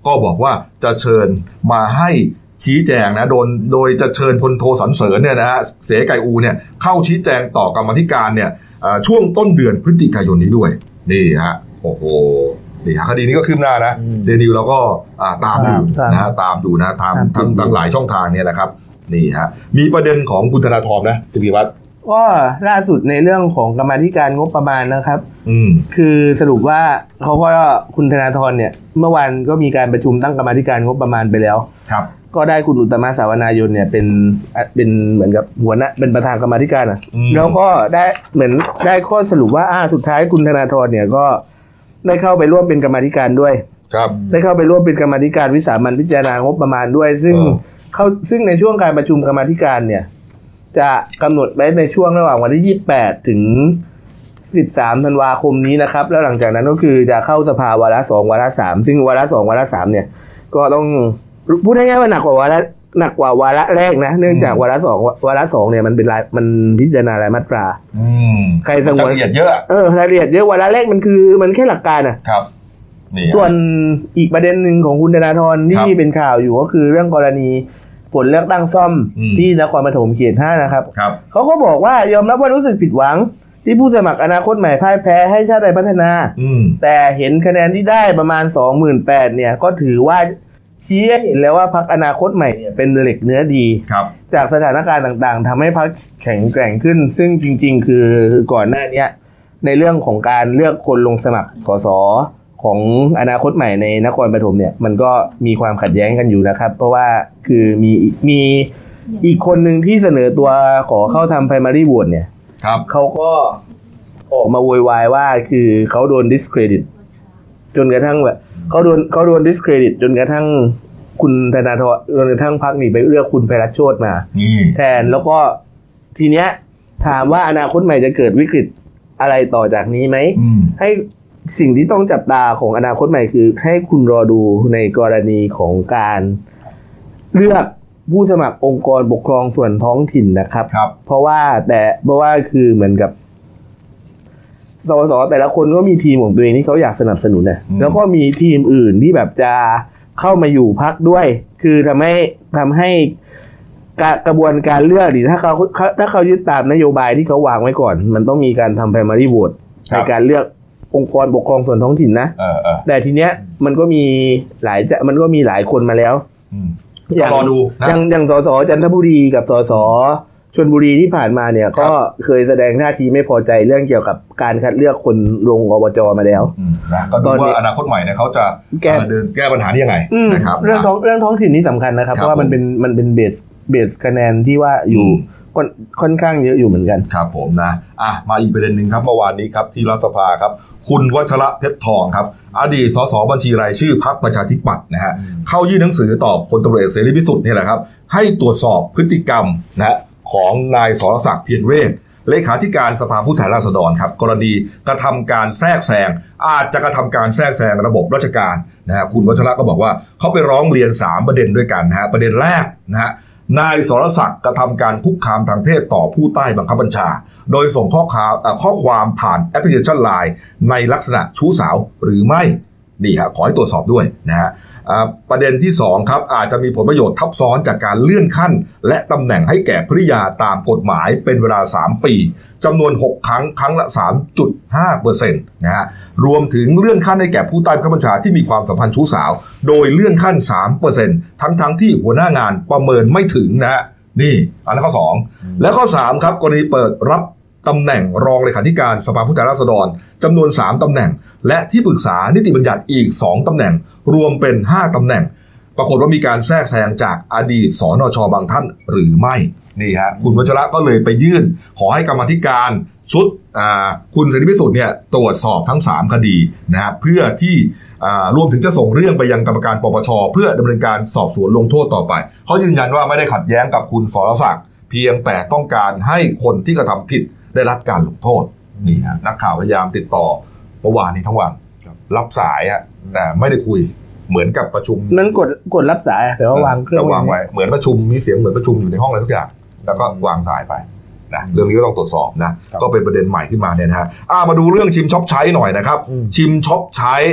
ก็บอกว่าจะเชิญมาให้ชี้แจงนะโดยโดยจะเชิญพลโทสรรเสริญเนี่ยนะฮะเสไก่อูเนี่ยเข้าชี้แจงต่อกรรมาธิการเนี่ยช่วงต้นเดือนพฤศจิกายนนี้ด้วยนี่ฮะโอ้โหนี่ฮะคดีนี้ก็คืบหน้านะเดนิวเราก็ตามอยู่นะฮะตามอยู่นะตามทั้งทั้งหลายช่องทางเนี่ยแหละครับนี่ฮะมีประเด็นของคุณธนาธรนะคุณพิวัฒน์ก็ล่าสุดในเรื่องของกรรมาธิการงบประมาณนะครับอืมคือสรุปว่าเขาก็คุณธนาธรเนี่ยเมื่อวานก็มีการประชุมตั้งกรรมาธิการงบประมาณไปแล้วครับก็ได้คุณอุตตมะสาวนายนเนี่ยเป็นเป็นเหมือนกับหัวหน้าเป็นประธานกรรมาธิการอ่ะแล้วก็ได้เหมือนได้ข้อสรุปว่าอ่าสุดท้ายคุณธนาธรเนี่ยก็ได้เข้าไปร่วมเป็นกรรมาธิการด้วยครับได้เข้าไปร่วมเป็นกรรมาธิการวิสามัญพิจารณางบประมาณด้วยซึ่งเขาซึ่งในช่วงการประชุมกรรมาธิการเนี่ยจะกำหนดไว้ในช่วงระหว่างวันที่ยี่สิบแปดถึงสิบสามธันวาคมนี้นะครับแล้วหลังจากนั้นก็คือจะเข้าสภาวาระสองวาระสามซึ่งวาระสองวาระสามเนี่ยก็ต้องพูดง่ายๆว่าหนักกว่าวาระหนักกว่าวาระแรกนะเนื่องจากวาระสองวาระสองเนี่ยมันเป็นรายมันพิจารณารายมาตราใครสงวนรายละเอียดเยอะเออรายละเอียดเยอะวาระแรกมันคือมันแค่หลักการอ่ะครับนี่ส่วนอีกประเด็นหนึ่งของคุณธนาธรที่เป็นข่าวอยู่ก็คือเรื่องกรณีผลเลือกตั้งซ่อมที่นครปฐมเขตห้านะครับเขาก็บอกว่ายอมรับว่ารู้สึกผิดหวังที่ผู้สมัครอนาคตใหม่พ่ายแพ้ให้ชาติไทยพัฒนาแต่เห็นคะแนนที่ได้ประมาณ สองหมื่นแปดพัน เนี่ยก็ถือว่าชี้ให้เห็นแล้วว่าพรรคอนาคตใหม่เนี่ยเป็นเหล็กเนื้อดีจากสถานการณ์ต่างๆทำให้พรรคแข็งแกร่งขึ้นซึ่งจริงๆคือก่อนหน้านี้ในเรื่องของการเลือกคนลงสมัครสสของอนาคตใหม่ในนครปฐมเนี่ยมันก็มีความขัดแย้งกันอยู่นะครับเพราะว่าคือมีมีอีกคนหนึ่งที่เสนอตัวขอเข้าทำ primary vote เนี่ยเขาก็ออกมาโวยวายว่าคือเขาโดน discredit จนกระทั่งแบบเขาโดนเขาโดน discredit จนกระทั่งคุณธนาธรจนกระทั่งพรรคนี่ไปเลือกคุณไพรัชโชติมาแทนแล้วก็ทีเนี้ยถามว่าอนาคตใหม่จะเกิดวิกฤตอะไรต่อจากนี้ไหมให้สิ่งที่ต้องจับตาของอนาคตใหม่คือให้คุณรอดูในกรณีของการเลือกผู้สมัครองค์กรปกครองส่วนท้องถิ่นนะครับเพราะว่าแต่เพราะว่าคือเหมือนกับสสแต่ละคนก็มีทีมของตัวเองที่เขาอยากสนับสนุนนะแล้วก็มีทีมอื่นที่แบบจะเข้ามาอยู่พรรคด้วยคือทำให้ทำให้กระบวนการเลือกดิถ้าเขาถ้าเขายึดตามนโยบายที่เขาวางไว้ก่อนมันต้องมีการทำ primary vote ในการเลือกองค์กรปกครองส่วนท้องถิ่นนะแต่ทีเนี้ยมันก็มีหลายมันก็มีหลายคนมาแล้วอย่างรอดูนะอย่างอย่างสสจันทบุรีกับสสชลบุรีที่ผ่านมาเนี่ยก็เคยแสดงท่าทีไม่พอใจเรื่องเกี่ยวกับการคัดเลือกคนลงอบจมาแล้วนะก็ดูว่าอนาคตใหม่เนี่ยเขาจะแก้เดินแก้ปัญหานี้ยังไงนะครับเรื่องท้องเรื่องท้องถิ่นนี่สำคัญนะครับเพราะว่ามันเป็นมันเป็นเบสเบสคะแนนที่ว่าอยู่ค่อนข้างเยอะอยู่เหมือนกันครับผมนะอ่ะมาอีกประเด็นหนึ่งครับเมื่อวานนี้ครับที่รัฐสภาครับคุณวัชระเพชรทองครับอดีตสสบัญชีรายชื่อพรรคประชาธิปัตย์นะฮะเข้ายื่นหนังสือต่อพลตำรวจเอกเสรีพิสุทธิ์นี่แหละครับให้ตรวจสอบพฤติกรรมนะของนายสรศักดิ์เพียรเวชเลขาธิการสภาผู้แทนราษฎรครับกรณีกระทำการแทรกแซงอาจจะกระทำการแทรกแซงระบบราชการนะฮะคุณวัชระก็บอกว่าเขาไปร้องเรียนสามประเด็นด้วยกันนะฮะประเด็นแรกนะฮะนายสรศักดิ์กระทำการคุกคามทางเพศต่อผู้ใต้บังคับบัญชาโดยส่งข้อความข้อความผ่านแอปพลิเคชัน ไลน์ ในลักษณะชู้สาวหรือไม่นี่ฮะขอให้ตรวจสอบด้วยนะฮะประเด็นที่สองครับอาจจะมีผลประโยชน์ทับซ้อนจากการเลื่อนขั้นและตำแหน่งให้แก่ภริยาตามกฎหมายเป็นเวลาสามปีจำนวนหกครั้งครั้งละ สามจุดห้าเปอร์เซ็นต์ นะฮะรวมถึงเลื่อนขั้นให้แก่ผู้ใต้บังคับบัญชาที่มีความสัมพันธ์ชู้สาวโดยเลื่อนขั้น สามเปอร์เซ็นต์ ทั้งทั้งที่หัวหน้างานประเมินไม่ถึงนะฮะนี่อันนั้นข้อสองและข้อสามครับกรณีเปิดรับตำแหน่งรองเลขาธิการสภาผู้แทนราษฎรจำนวนสามตำแหน่งและที่ปรึกษานิติบัญญัติอีกสองตำแหน่งรวมเป็นห้าตำแหน่งปรากฏว่ามีการแทรกแซงจากอดีตสนช.บางท่านหรือไม่นี่ฮะคุณวัชระก็เลยไปยื่นขอให้กรรมาธิการชุดคุณเสรีพิสุทธิ์เนี่ยตรวจสอบทั้งสามคดีนะเพื่อที่รวมถึงจะส่งเรื่องไปยังกรรมการปปช.เพื่อดำเนินการสอบสวนลงโทษต่อไปเขายืนยันว่าไม่ได้ขัดแย้งกับคุณสรศักดิ์เพียงแต่ต้องการให้คนที่กระทำผิดได้รับการลงโทษนี่ฮะนักข่าวพยายามติดต่อเมื่อวานนี้ทั้งวันรับสายอะแต่ไม่ได้คุยเหมือนกับประชุมนั้นกดกดรับสายแต่ว่าวางเครื่องวางไว้เหมือนประชุมมีเสียงเหมือนประชุมอยู่ในห้องอะไรทุกอย่างแล้วก็วางสายไปนะเรื่องนี้ก็ต้องตรวจสอบนะก็เป็นประเด็นใหม่ขึ้นมาเนี่ยนะฮะอ่ามาดูเรื่องชิมช็อปใช้หน่อยนะครับชิมช็อปใช้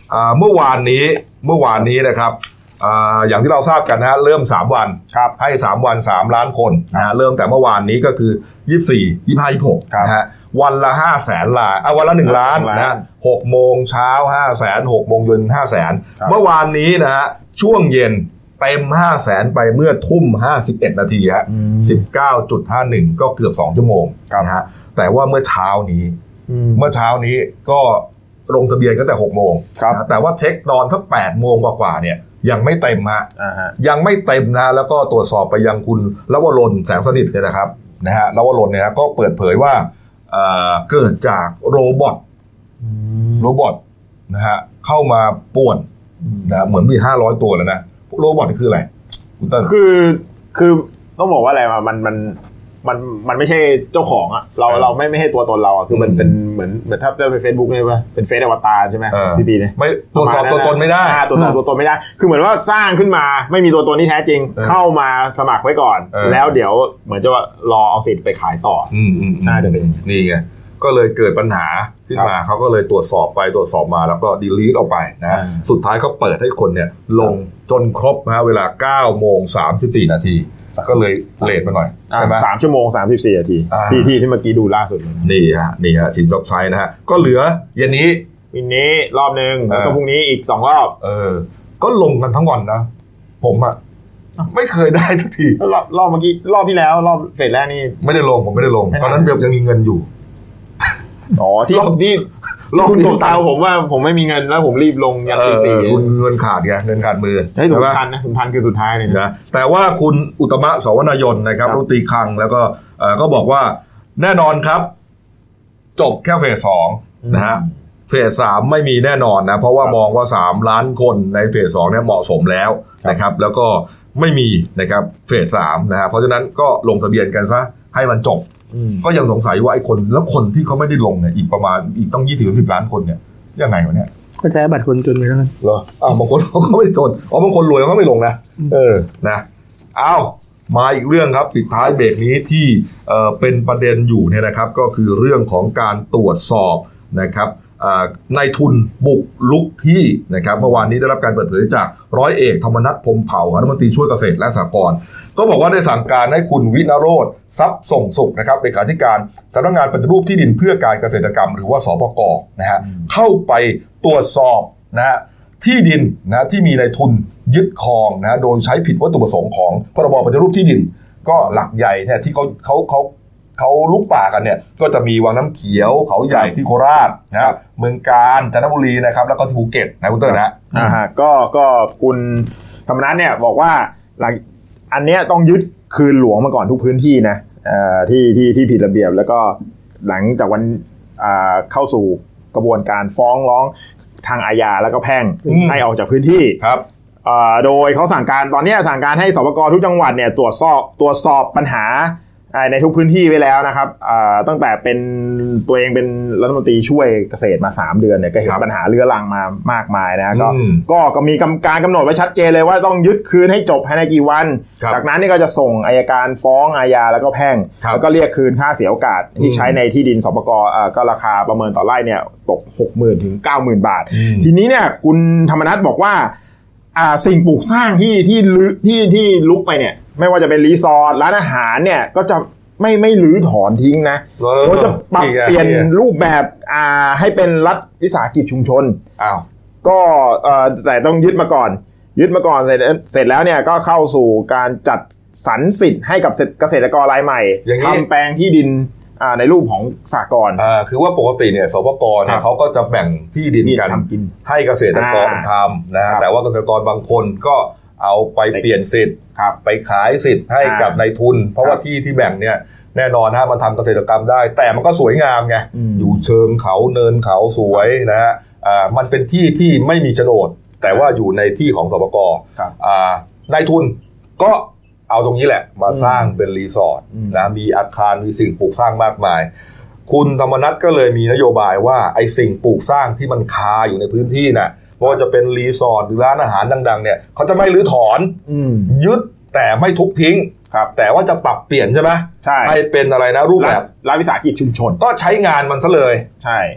เมื่อวานนี้เมื่อวานนี้นะครับอย่างที่เราทราบกันนะเริ่มสามวันให้สามวันสามล้านคนนะเริ่มแต่เมื่อวานนี้ก็คือยี่สิบสี่ ยี่สิบห้า ยี่สิบหกนะฮะวันละห้าแสนลายอ่ะวันละหนึ่งล้านนะหกโมงเช้าห้าแสนหกโมงเย็นห้าแสนเมื่อวานนี้นะฮะช่วงเย็นเต็มห้าแสนไปเมื่อทุ่มห้าสิบเอ็ดนาทีฮะ สิบเก้าจุดห้าหนึ่ง ก็เกือบสองชั่วโมงนะฮะแต่ว่าเมื่อเช้านี้เมื่อเช้านี้ก็ลงทะเบียนก็แต่หกโมงนะแต่ว่าเช็คตอนสักแปดโมงกว่าๆเนี่ยยังไม่เต็มฮะยังไม่เต็มนะแล้วก็ตรวจสอบไปยังคุณลวรนแสงสนิทเนี่ยนะครับนะฮะลวรนเนี่ยก็เปิดเผยว่าเอ่อเกิดจากโรบอทโรบอทนะฮะเข้ามาป่วนนะเหมือนมีห้าร้อยตัวแล้วนะโรบอทนี่คืออะไรคุณต้นคือคือต้องบอกว่าอะไรมามันมันมันมันไม่ใช่เจ้าของอ่ะเราเราไม่ไม่ให้ตัวตนเราอ่ะคือมันเป็นเหมือนเหมือนถ้าจะเป็น Facebook เนี่ยป่ะเป็นเฟซอวตารใช่ไหมพี่ปีเนี่ยไม่ตรวจสอบตัวตนไม่ได้ตรวจสอบตัวตนไม่ได้คือเหมือนว่าสร้างขึ้นมาไม่มีตัวตนที่แท้จริงเข้ามาสมัครไว้ก่อนแล้วเดี๋ยวเหมือนจะว่ารอเอาสิทธิ์ไปขายต่ออืมน่าจะเป็นนี่ไงก็เลยเกิดปัญหาขึ้นมาเขาก็เลยตรวจสอบไปตรวจสอบมาแล้วก็ดีลีทออกไปนะสุดท้ายเขาเปิดให้คนเนี่ยลงจนครบนะเวลา เก้าโมงสามสิบสี่ นาทีก็เลยเลทมาหน่อยใช่ไหมสามชั่วโมงสามสิบสี่นาทีที่ที่ที่เมื่อกี้ดูล่าสุดนี่ฮะนี่ฮะทีมจ็อบไซต์นะฮะก็เหลือเย็นนี้วันนี้รอบนึงแล้วก็พรุ่งนี้อีกสองรอบเออก็ลงกันทั้งวันนะผมอ่ะไม่เคยได้ทุกทีรอบรอบเมื่อกี้รอบที่แล้วรอบเฟสแรกนี่ไม่ได้ลงผมไม่ได้ลงตอนนั้นเบลยังมีเงินอยู่อ๋อที่ที่คุณสมสาวผมว่าผมไม่มีเงินแล้วผมรีบลงยันตีสี่คุณเงินขาดไงเงินขาดมือใช่ถุงพันนะถุงพันคือสุดท้ายเลยนะแต่ว่าคุณอุตมะสวนายนนะครับรัฐมนตรีคลังแล้วก็ก็บอกว่าแน่นอนครับจบแค่เฟสสองนะฮะเฟสสามไม่มีแน่นอนนะเพราะว่ามองว่าสามล้านคนในเฟสสองเนี่ยเหมาะสมแล้วนะครับแล้วก็ไม่มีนะครับเฟสสามนะฮะเพราะฉะนั้นก็ลงทะเบียนกันซะให้มันจบก็ยังสงสัยว่าไอ้คนแล้วคนที่เขาไม่ได้ลงเนี่ยอีกประมาณอีกต้องยี่สิบถึงสิบล้านคนเนี่ยยังไงวะเนี่ยก็ใช้บัตรคนจนไปแล้วเหรออ้าวบางคนเขาไม่จนอ๋อบางคนรวยเขาไม่ลงนะเออนะอ้าวมาอีกเรื่องครับปิดท้ายเบรกนี้ที่เอ่อเป็นประเด็นอยู่เนี่ยนะครับก็คือเรื่องของการตรวจสอบนะครับนายทุนบุกลุกที่นะครับเมื่อวานนี้ได้รับการเปิดเผยจากร้อยเอกธรรมนัสพรหมเผ่ารัฐมนตรีช่วยเกษตรและสหกรณ์ก็บอกว่าได้สั่งการให้คุณวิณโรจน์ทรัพย์ส่งสุขนะครับเลขาธิการสำนักงานปฏิรูปที่ดินเพื่อการเกษตรกรรมหรือว่าสปก.นะฮะเข้าไปตรวจสอบนะฮะที่ดินนะที่มีนายทุนยึดครองนะโดยใช้ผิดวัตถุประสงค์ของพรบปฏิรูปที่ดินก็หลักใหญ่เนี่ยที่เขาเขาเขาเขาลุกป่ากันเนี่ยก็จะมีวังน้ำเขียวเขาใหญ่ที่โคราชนะครับเมืองกาญจันทบุรีนะครับแล้วก็ที่ภูเก็ตนะคุณเตอร์นะอ่าฮะก็ก็คุณธรรมนัสเนี่ยบอกว่าหลังอันเนี้ยต้องยึดคืนหลวงมาก่อนทุกพื้นที่นะเอ่อที่ที่ที่ผิดระเบียบแล้วก็หลังจากวันอ่าเข้าสู่กระบวนการฟ้องร้องทางอาญาแล้วก็แพ่งให้ออกจากพื้นที่ครับอ่าโดยเขาสั่งการตอนนี้สั่งการให้สปก.ทุกจังหวัดเนี่ยตรวจสอบตรวจสอบปัญหาในทุกพื้นที่ไว้แล้วนะครับตั้งแต่เป็นตัวเองเป็นรัฐมนตรีช่วยเกษตรมาสามเดือนเนี่ยก็เห็นปัญหาเรื้อรังมามากมายนะก็ก็ก็มีการกำหนดไว้ชัดเจนเลยว่าต้องยึดคืนให้จบภายในกี่วันจากนั้นนี่ก็จะส่งอัยการฟ้องอาญาแล้วก็แพ่งแล้วก็เรียกคืนค่าเสียโอกาสที่ใช้ในที่ดินสปก.ก็ราคาประเมินต่อไร่เนี่ยตก หกหมื่น ถึง เก้าหมื่น บาททีนี้เนี่ยคุณธรรมนัสบอกว่าสิ่งปลูกสร้างที่ที่ที่ที่ลุกไปเนี่ยไม่ว่าจะเป็นรีสอร์ทร้านอาหารเนี่ยก็จะไม่ไม่รื้อถอนทิ้งนะเขาจะปรับเปลี่ยนรูปแบบอ่าให้เป็นรัฐวิสาหกิจชุมชนอ้าวก็เอ่อแต่ต้องยึดมาก่อนยึดมาก่อนเสร็จเสร็จแล้วเนี่ยก็เข้าสู่การจัดสรรสิทธิ์ให้กับเกษตรกรรายใหม่ทำแปลงที่ดินอ่าในรูปของสหกรณ์อ่าคือว่าปกติเนี่ยสปก.เนี่ยเขาก็จะแบ่งที่ดินกันให้เกษตรกรทำนะแต่ว่าเกษตรกรบางคนก็เอาไปเปลี่ยนสิทธิ์ไปขายสิทธิ์ให้กับนายทุนเพราะว่าที่ที่แบ่งเนี่ยแน่นอนฮะมันทำเกษตรกรรมได้แต่มันก็สวยงามไงอยู่เชิงเขาเนินเขาสวยนะฮะอ่ามันเป็นที่ที่ไม่มีโฉนดแต่ว่าอยู่ในที่ของสปก.อ่านายทุนก็เอาตรงนี้แหละมาสร้างเป็นรีสอร์ทนะมีอาคารมีสิ่งปลูกสร้างมากมายคุณธรรมนัสก็เลยมีนโยบายว่าไอ้สิ่งปลูกสร้างที่มันคาอยู่ในพื้นที่น่ะไม่ว่าจะเป็นรีสอร์ทหรือร้านอาหารดังๆเนี่ยเขาจะไม่รื้อถอนยึดแต่ไม่ทุบทิ้งแต่ว่าจะปรับเปลี่ยนใช่ไหมใช่ให้เป็นอะไรนะรูปแบบรัฐวิสาหกิจชุมชนก็ใช้งานมันซะเลยใช่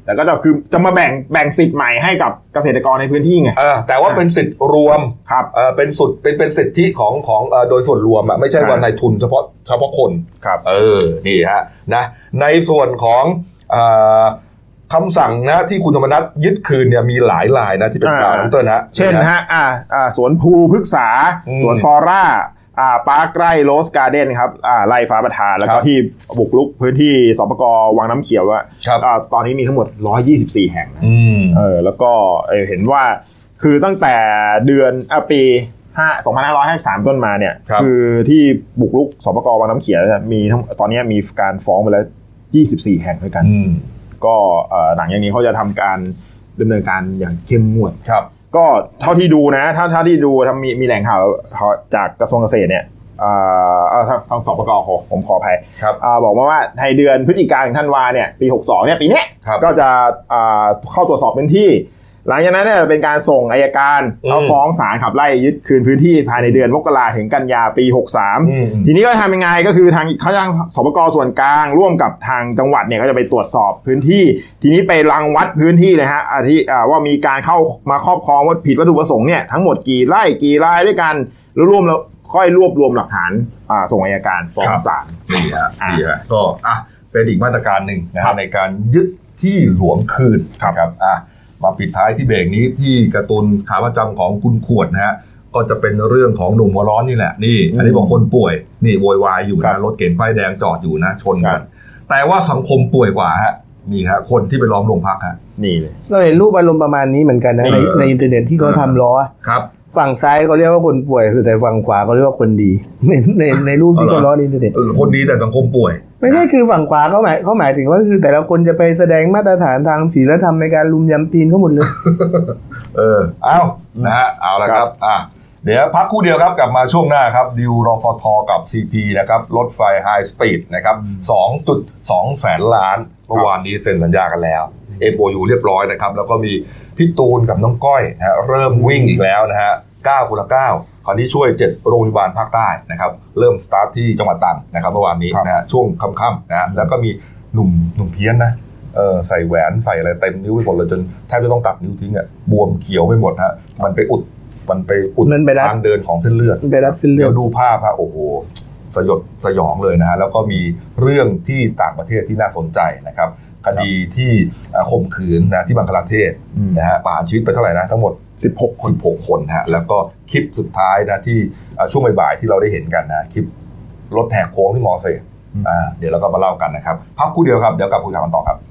แต่ก็จะคือจะมาแบ่งแบ่งสิทธิ์ใหม่ให้กับเกษตรกรในพื้นที่ไงอ่าแต่ว่าเป็นสิทธิ์รวมครับเออเป็นสุดเป็นเป็นสิทธิของของเอ่อโดยส่วนรวมอ่ะไม่ใช่ว่านายทุนเฉพาะเฉพาะคนครับเออนี่ฮะนะในส่วนของอ่าคำสั่งนะที่คุณธรรมนัสยึดคืนเนี่ยมีหลายรายนะที่เป็นข่าวน้องเติ้ลนะเช่นฮะอ่าอ่าสวนภูพฤกษาสวนฟอร่าอ่าปาร์คไร่โรสการ์เด้นครับอ่าไร่ฟ้าประทานแล้วก็ที่บุกรุกพื้นที่สปก.วังน้ำเขียวว่าอ่าตอนนี้มีทั้งหมดหนึ่งร้อยยี่สิบสี่แห่งนะเออแล้วก็เห็นว่าคือตั้งแต่เดือนอ่าปีสองพันห้าร้อยห้าสิบสามต้นมาเนี่ยคือที่บุกรุกสปก.วังน้ำเขียวมีทั้งตอนนี้มีการฟ้องไปแล้วยี่สิบสี่แห่งด้วยกันก็หลังจากนี้เขาจะทำการดำเนินการอย่างเข้มงวดครับก็เท่าที่ดูนะถ้าเท่าที่ดูทำมีมีแหล่งข่าวจากกระทรวงเกษตรเนี่ยอ่าทางทางสปก.ผมขออภัยอ่าบอกมาว่าในเดือนพฤศจิกายนถึงธันวาเนี่ยปีหกสิบสองเนี่ยปีนี้ก็จะอ่าเข้าตรวจสอบพื้นที่หลังจากนั้นเนี่ยเป็นการส่งอัยการเอาฟ้องศาลขับไล่ยึดคืนพื้นที่ภายในเดือนมกราถึงกันยาปีหกสิบสามทีนี้ก็ทำยังไงก็คือทางเขาทางสปก.ส่วนกลางร่วมกับทางจังหวัดเนี่ยก็จะไปตรวจสอบพื้นที่ทีนี้ไปรังวัดพื้นที่เลยฮะที่ว่ามีการเข้ามาครอบครองว่าผิดวัตถุประสงค์เนี่ยทั้งหมดกี่ไร่กี่รายด้วยกันแล้วรวมแล้วค่อยรวบรวมหลักฐานส่งอัยการฟ้องศาลนี่ฮะนี่ฮะก็อ่ะเป็นอีกมาตรการหนึ่งนะครับในการยึดที่หลวงคืนครับอ่ะมาปิดท้ายที่เบรกนี้ที่การ์ตูนขาประจำของคุณขวดนะฮะก็จะเป็นเรื่องของหนุ่มหัวร้อนนี่แหละนี่อันนี้บอกคนป่วยนี่โวยวายอยู่นะรถเก๋งป้ายแดงจอดอยู่นะชนกันแต่ว่าสังคมป่วยกว่าฮะนี่ฮะคนที่ไปล้อมโรงพักฮะนี่เลยเราเห็นรูปอารมณ์ประมาณนี้เหมือนกันนะในในอินเทอร์เน็ตที่เขาทำล้อครับฝั่งซ้ายเขาเรียกว่าคนป่วยคือแต่ฝั่งขวาเขาเรียกว่าคนดีในในในรูปที่เขาล้อในอินเทอร์เน็ตคนดีแต่สังคมป่วยไม่ใช่คือฝั่งขวาเขาหมายเขาหมายถึงว่าคือแต่ละคนจะไปแสดงมาตรฐานทางศีลธรรมในการลุมยำตีนเขาหมดเลยเออเอานะฮะเอาละครับอ่ะเดี๋ยวพักคู่เดียวครับกลับมาช่วงหน้าครับดิวรฟทกับ ซี พี นะครับรถไฟไฮสปีดนะครับ สองจุดสอง แสนล้านเมื่อวานนี้เซ็นสัญญากันแล้ว เอ โอ ยู เรียบร้อยนะครับแล้วก็มีพี่ตูนกับน้องก้อยนะฮะเริ่มวิ่งอีกแล้วนะฮะเก้าคนละเก้าคราวนี้ช่วยเจ็ดโรงพยาบาลภาคใต้นะครับเริ่มสตาร์ทที่จังหวัดตรังนะครับเมื่อวานนี้นะฮะช่วงค่ำๆนะฮะแล้วก็มีหนุ่มหนุ่มเพี้ยนนะเออใส่แหวนใส่อะไรเต็มนิ้วไปหมดเลยจนแทบจะต้องตัดนิ้วทิ้งอ่ะบวมเขียวไปหมดฮะมันไปอุดมันไปอุดทางเดินของเส้นเลือดไปรัดเส้นเลือดเดี๋ยวดูภาพฮะโอ้โหสยดสยองเลยนะฮะแล้วก็มีเรื่องที่ต่างประเทศที่น่าสนใจนะครับคดีที่ข่มขืนนะที่บังคลาเทศนะฮะประหารชีวิตไปเท่าไหร่นะทั้งหมดสิบหกคนสิบหกคนฮะแล้วก็คลิปสุดท้ายนะที่ช่วงบ่ายๆที่เราได้เห็นกันนะคลิปรถแหกโค้งที่มอเสกอ่าเดี๋ยวเราก็มาเล่ากันนะครับพักคู่เดียวครับเดี๋ยวกลับคุยกันต่อครับ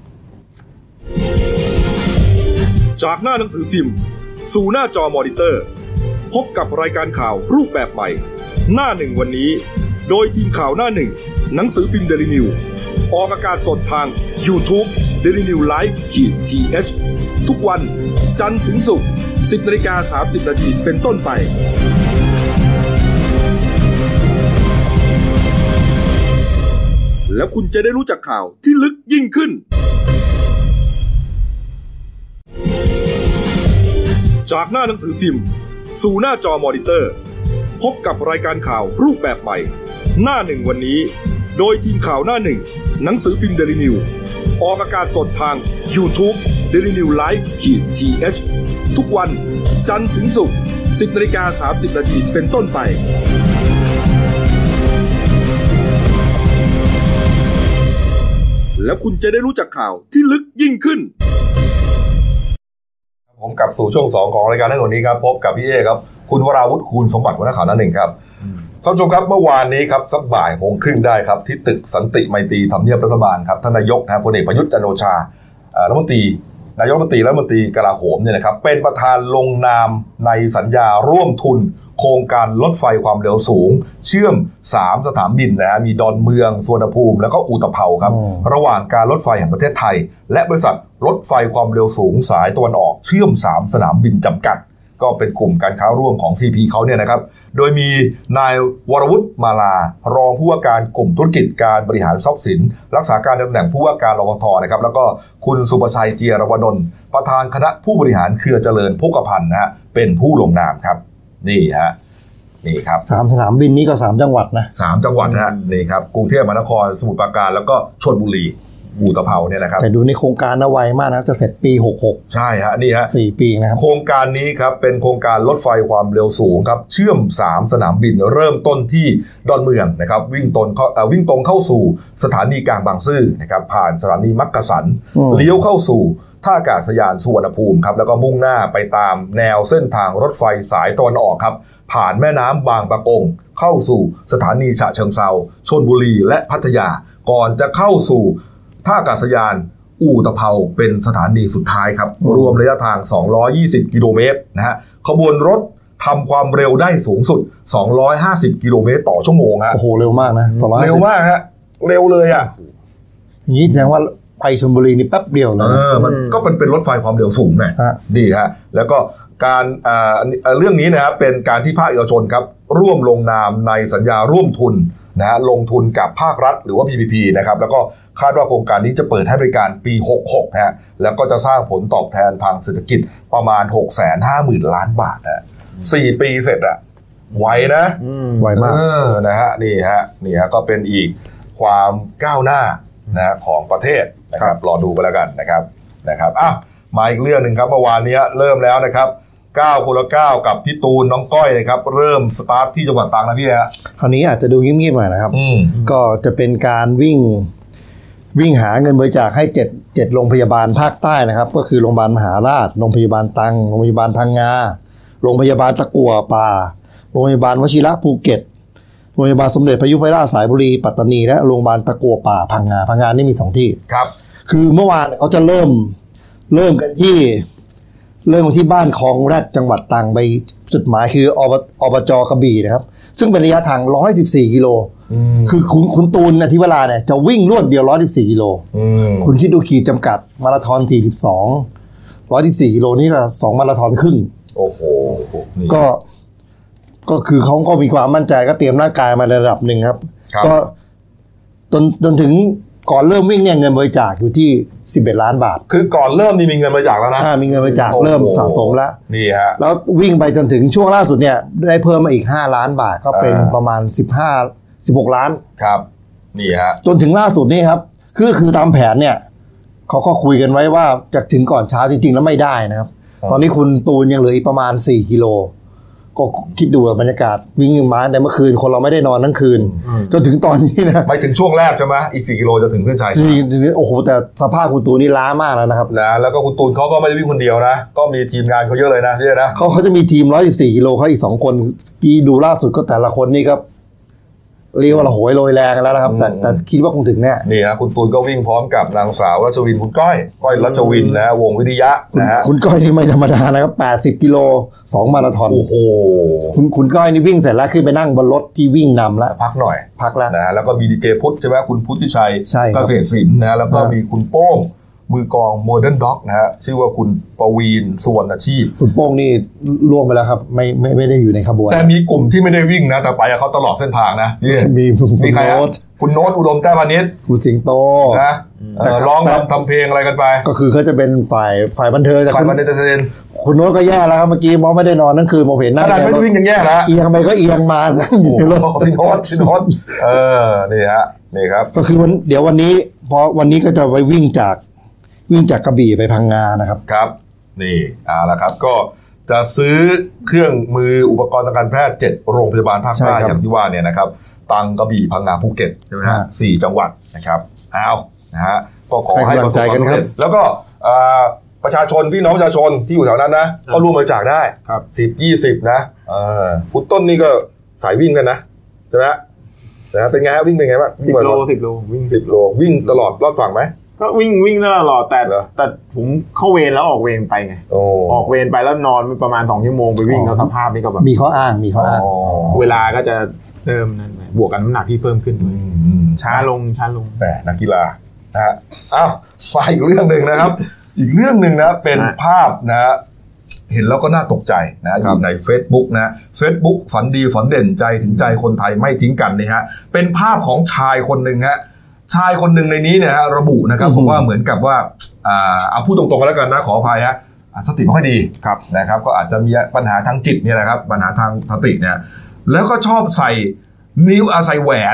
จากหน้าหนังสือพิมพ์สู่หน้าจอมอนิเตอร์พบกับรายการข่าวรูปแบบใหม่หน้าหนึ่งวันนี้โดยทีมข่าวหน้าหนึ่งหนังสือพิมพ์ Daily News ออกอากาศสดทาง YouTube Daily News Live ทีเอช ทุกวันจันทร์ถึงศุกร์ สิบนาฬิกาสามสิบนาทีเป็นต้นไปแล้วคุณจะได้รู้จักข่าวที่ลึกยิ่งขึ้นจากหน้าหนังสือพิมพ์สู่หน้าจอมอนิเตอร์พบกับรายการข่าวรูปแบบใหม่หน้าหนึ่งวันนี้โดยทีมข่าวหน้าหนึ่งหนังสือพิมพ์ Daily News ออกอากาศสดทาง YouTube Daily News Live ทีเอช ทุกวันจันทร์ถึงศุกร์ สิบนาฬิกาสามสิบนาทีเป็นต้นไปแล้วคุณจะได้รู้จักข่าวที่ลึกยิ่งขึ้นผมกลับสู่ช่วงสองของรายการในวันนี้ครับพบกับพี่เอครับคุณวราวุฒิคูณสมบัติหัวหน้าข่าวหน้าหนึ่งครับท่านผู้ชมครับเมื่อวานนี้ครับสักบ่ายโมงครึ่งได้ครับที่ตึกสันติไมตรีทำเนียบรัฐบาลครับท่านนายกนะพลเอกประยุทธ์จันทร์โอชารัฐมนตรีนายกรัฐมนตรีรัฐมนตรีกลาโหมเนี่ยนะครับเป็นประธานลงนามในสัญญาร่วมทุนโครงการรถไฟความเร็วสูงเชื่อมสามสนามบินนะฮะมีดอนเมืองสุวรรณภูมิแล้วก็อุตภเปาครับระหว่างการรถไฟแห่งประเทศไทยและบริษัทรถไฟความเร็วสูงสายตะวันออกเชื่อมสามสนามบินจำกัดก็เป็นกลุ่มการค้าร่วมของ ซี พี เขาเนี่ยนะครับโดยมีนายวรวุฒิมาลารองผู้ว่าการกลุ่มธุรกิจการบริหารทรัพย์สินรักษาการตำแหน่งผู้ว่าการรฟทนะครับแล้วก็คุณสุประชัยเจียรวนนท์ประธานคณะผู้บริหารเครือเจริญโภคภัณฑ์นะฮะเป็นผู้ลงนามครับนี่ฮะนี่ครับสามสนามบินนี้ก็สามจังหวัดนะสามจังหวัดฮะนี่ครับกรุงเทพมหานครสมุทรปราการแล้วก็ชลบุรีอู่ตะเภาเนี่ยนะครับแต่ดูในโครงการนะไวมากนะจะเสร็จปีหกหกใช่ฮะนี่ฮะสี่ปีนะครับโครงการนี้ครับเป็นโครงการรถไฟความเร็วสูงครับเชื่อมสามสนามบินเริ่มต้นที่ดอนเมืองนะครับวิ่งตรงเข้าเอ่อวิ่งตรงเข้าสู่สถานีกลางบางซื่อนะครับผ่านสถานีมักกะสันเลี้ยวเข้าสู่ท่าอากาศยานสุวรรณภูมิครับแล้วก็มุ่งหน้าไปตามแนวเส้นทางรถไฟสายตะวันออกครับผ่านแม่น้ำบางปะกงเข้าสู่สถานีฉะเชิงเทราชลบุรีและพัทยาก่อนจะเข้าสู่ท่าอากาศยานอู่ตะเภาเป็นสถานีสุดท้ายครับรวมระยะทางสองร้อยยี่สิบกิโลเมตรนะฮะขบวนรถทำความเร็วได้สูงสุดสองร้อยห้าสิบกิโลเมตรต่อชั่วโมงฮะโอ้โหเร็วมากนะสองร้อยห้าสิบเร็วมากฮะเร็วเลยอ่ะอย่างนี้แสดงว่าไปชลบุรีนี่แป๊บเดียวเลยเออมันก็เป็นเป็นรถไฟความเร็วสูงไงดีฮะแล้วก็การอ่าเรื่องนี้นะครับเป็นการที่ภาคเอกชนครับร่วมลงนามในสัญญาร่วมทุนนะฮะลงทุนกับภาครัฐหรือว่า พี พี พี นะครับแล้วก็คาดว่าโครงการนี้จะเปิดให้บริการปีหกหกนะฮะแล้วก็จะสร้างผลตอบแทนทางเศรษฐกิจประมาณ หกแสนห้าหมื่น ล้านบาทนะสี่ปีเสร็จอะไวนะไวมากเออนะฮะนี่ฮะนี่ฮะก็เป็นอีกความก้าวหน้านะของประเทศนะครับรอดูกันแล้วกันนะครับนะครับอ่ะมาอีกเรื่องนึงครับเมื่อวานนี้เริ่มแล้วนะครับเก้าคนละเก้ากับพี่ตูนน้องก้อยนะครับเริ่มสตาร์ทที่จังหวัดตรังนะพี่ฮะคราวนี้อาจจะดูเงียบๆหน่อยนะครับก็จะเป็นการวิ่งวิ่งหาเงินบริจาคให้เจ็ด เจ็ดโรงพยาบาลภาคใต้นะครับก็คือโรงพยาบาลมหาราชโรงพยาบาลตรังโรงพยาบาลพังงาโรงพยาบาลตะกั่วป่าโรงพยาบาลวชิระภูเก็ตโรงพยาบาลสมเด็จพระยุพราชสายบุรีปัตตานีและโรงพยาบาลตะกั่วป่าพังงาพังงานี่มีสองที่ครับคือเมื่อวานเขาจะเริ่มเริ่มกันที่เริ่มที่บ้านคลองแรดจังหวัดตรังไปจุดหมายคืออบอบจกระบี่นะครับซึ่งเป็นระยะทางหนึ่งร้อยสิบสี่กิโลคือคุณคุณตูนอธิวราเนี่ยจะวิ่งรวดเดียวหนึ่งร้อยสิบสี่กิโลคุณคิดดูขีดจำกัดมาราธอนสี่สิบสอง หนึ่งร้อยสิบสี่กิโลนี่ก็สองมาราธอนครึ่งโอ้โหก็ก็คือเขาก็มีความมั่นใจก็เตรียมร่างกายมาระดับหนึ่งครับก็จนจนถึงก่อนเริ่มวิ่งเนี่ยเงินบริจาคอยู่ที่สิบเอ็ดล้านบาทคือก่อนเริ่มนี่มีเงินบริจาคแล้วนะอ่ามีเงินบริจาคเริ่มสะสมแล้วนี่ฮะแล้ววิ่งไปจนถึงช่วงล่าสุดเนี่ยได้เพิ่มมาอีกห้าล้านบาทก็เป็นประมาณสิบห้า สิบหกล้านครับนี่ฮะจนถึงล่าสุดนี่ครับคือคือตามแผนเนี่ยเขาก็คุยกันไว้ว่าจะถึงก่อนเช้าจริงๆแล้วไม่ได้นะครับตอนนี้คุณตูนยังเหลืออีกประมาณสี่กิโลก็คิดดูบรรยากาศวิ่งมาแต่เมื่อคืนคนเราไม่ได้นอนทั้งคืนจนถึงตอนนี้นะไม่ถึงช่วงแรกใช่ไหมอีกสี่กิโลจะถึงเส้นชัยจริงๆโอ้โหแต่สภาพคุณตูนนี่ล้ามากแล้วนะครับนะแล้วก็คุณตูนเขาก็ไม่ได้วิ่งคนเดียวนะก็มีทีมงานเขาเยอะเลยนะเยอะนะเขาเขาจะมีทีมหนึ่งร้อยสิบสี่กิโลเขาอีกสองคนกี่ดูล่าสุดก็แต่ละคนนี่ก็เรียกว่าโหยโรยแรงกันแล้วนะครับแต่แต่คิดว่าคงถึงแน่นี่ฮะคุณตูนก็วิ่งพร้อมกับนางสาวรัชวินคุณก้อยก้อยรัชวินนะวงวิทยะนะฮะคุณก้อยนี่ไม่ธรรมดานะครับแปดสิบกิโลสองมาราธอนโอ้โหคุณคุณก้อยนี่วิ่งเสร็จแล้วขึ้นไปนั่งบนรถที่วิ่งนำแล้วพักหน่อยพักแล้วนะแล้วก็มีดีเจพุทธใช่ไหมคุณพุทธิชัยเกษตรศิลป์นะแล้วก็มีคุณโป้งมือกองโมเดิร์นด็อกนะฮะชื่อว่าคุณปวีณสุวรรณอาชีพคุณโป้งนี่ล่วงไปแล้วครับไม่ไม่ไม่ได้อยู่ในขบวนแต่มีกลุ่มที่ไม่ได้วิ่งนะแต่ไปเขาตลอดเส้นทางนะมีมีใครครับคุณโน้ตอุดมแต้พานิชคุณสิงโตนะร้องทำเพลงอะไรกันไปก็คือเขาจะเป็นฝ่ายฝ่ายบันเทิงฝ่ายบันเทิงคุณโน้ตก็แย่แล้วครับเมื่อกี้มองไม่ได้นอนทั้งคืนมองเห็นหน้าไม่ได้วิ่งยังแย่แล้วเอียงไปก็เอียงมาอยู่ในรถพี่โน้ตพี่โน้ตเออนี่ฮะนี่ครับก็คือวันเดี๋ยววันนี้พอวันนี้ก็จะไปวิ่งจากวิ่งจากกระบี่ไปพังงานะครับครับนี่เอาละครับก็จะซื้อเครื่องมืออุปกรณ์ทางการแพทย์เจ็ดโรงพยาบาลภาคใต้อย่างที่ว่าเนี่ยนะครับตรังกระบี่พังงาภูเก็ตใช่ไหมฮะสี่จังหวัดนะครับเอานะฮะก็ขอให้ประสบความสำเร็จแล้วก็ประชาชนพี่น้องประชาชนที่อยู่แถวนั้นนะก็ร่วมบริจาคได้สิบ ยี่สิบนะเออคุณต้นนี่ก็สายวิ่งกันนะใช่ไหมนะเป็นไงฮะวิ่งเป็นไงบ้างสิบโลสิบโลวิ่งสิบโลวิ่งตลอดรอดฝั่งไหมก็วิ่งวิ่งตลอดแต่แต่ผมเข้าเวรแล้วออกเวรไปไงออกเวรไปแล้วนอนประมาณสองชั่วโมงไปวิ่งแล้วสภาพนี่ก็แบบมีข้ออ้างมีข้ออ้างเวลาก็จะเพิ่มนั่นไปบวกกับน้ำหนักที่เพิ่มขึ้นช้าลงช้าลงแต่นักกีฬานะฮะอ้าวฝ่ายอีกเรื่องนึงนะครับอีกเรื่องนึงนะเป็นภาพนะฮะเห็นแล้วก็น่าตกใจนะอยู่ใน Facebook นะ Facebook ฝันดีฝันเด่นใจถึงใจคนไทยไม่ทิ้งกันนี่ฮะเป็นภาพของชายคนนึงฮะชายคนหนึ่งในนี้เนี่ยฮะระบุนะครับผมว่าเหมือนกับว่าอ่าเอาพูดตรงๆกันแล้วกันนะขออภัยฮะสติไม่ค่อยดีครับนะครับก็อาจจะมีปัญหาทางจิตเนี่ยแหละครับปัญหาทางสติเนี่ยแล้วก็ชอบใส่นิ้วอาใส่แหวน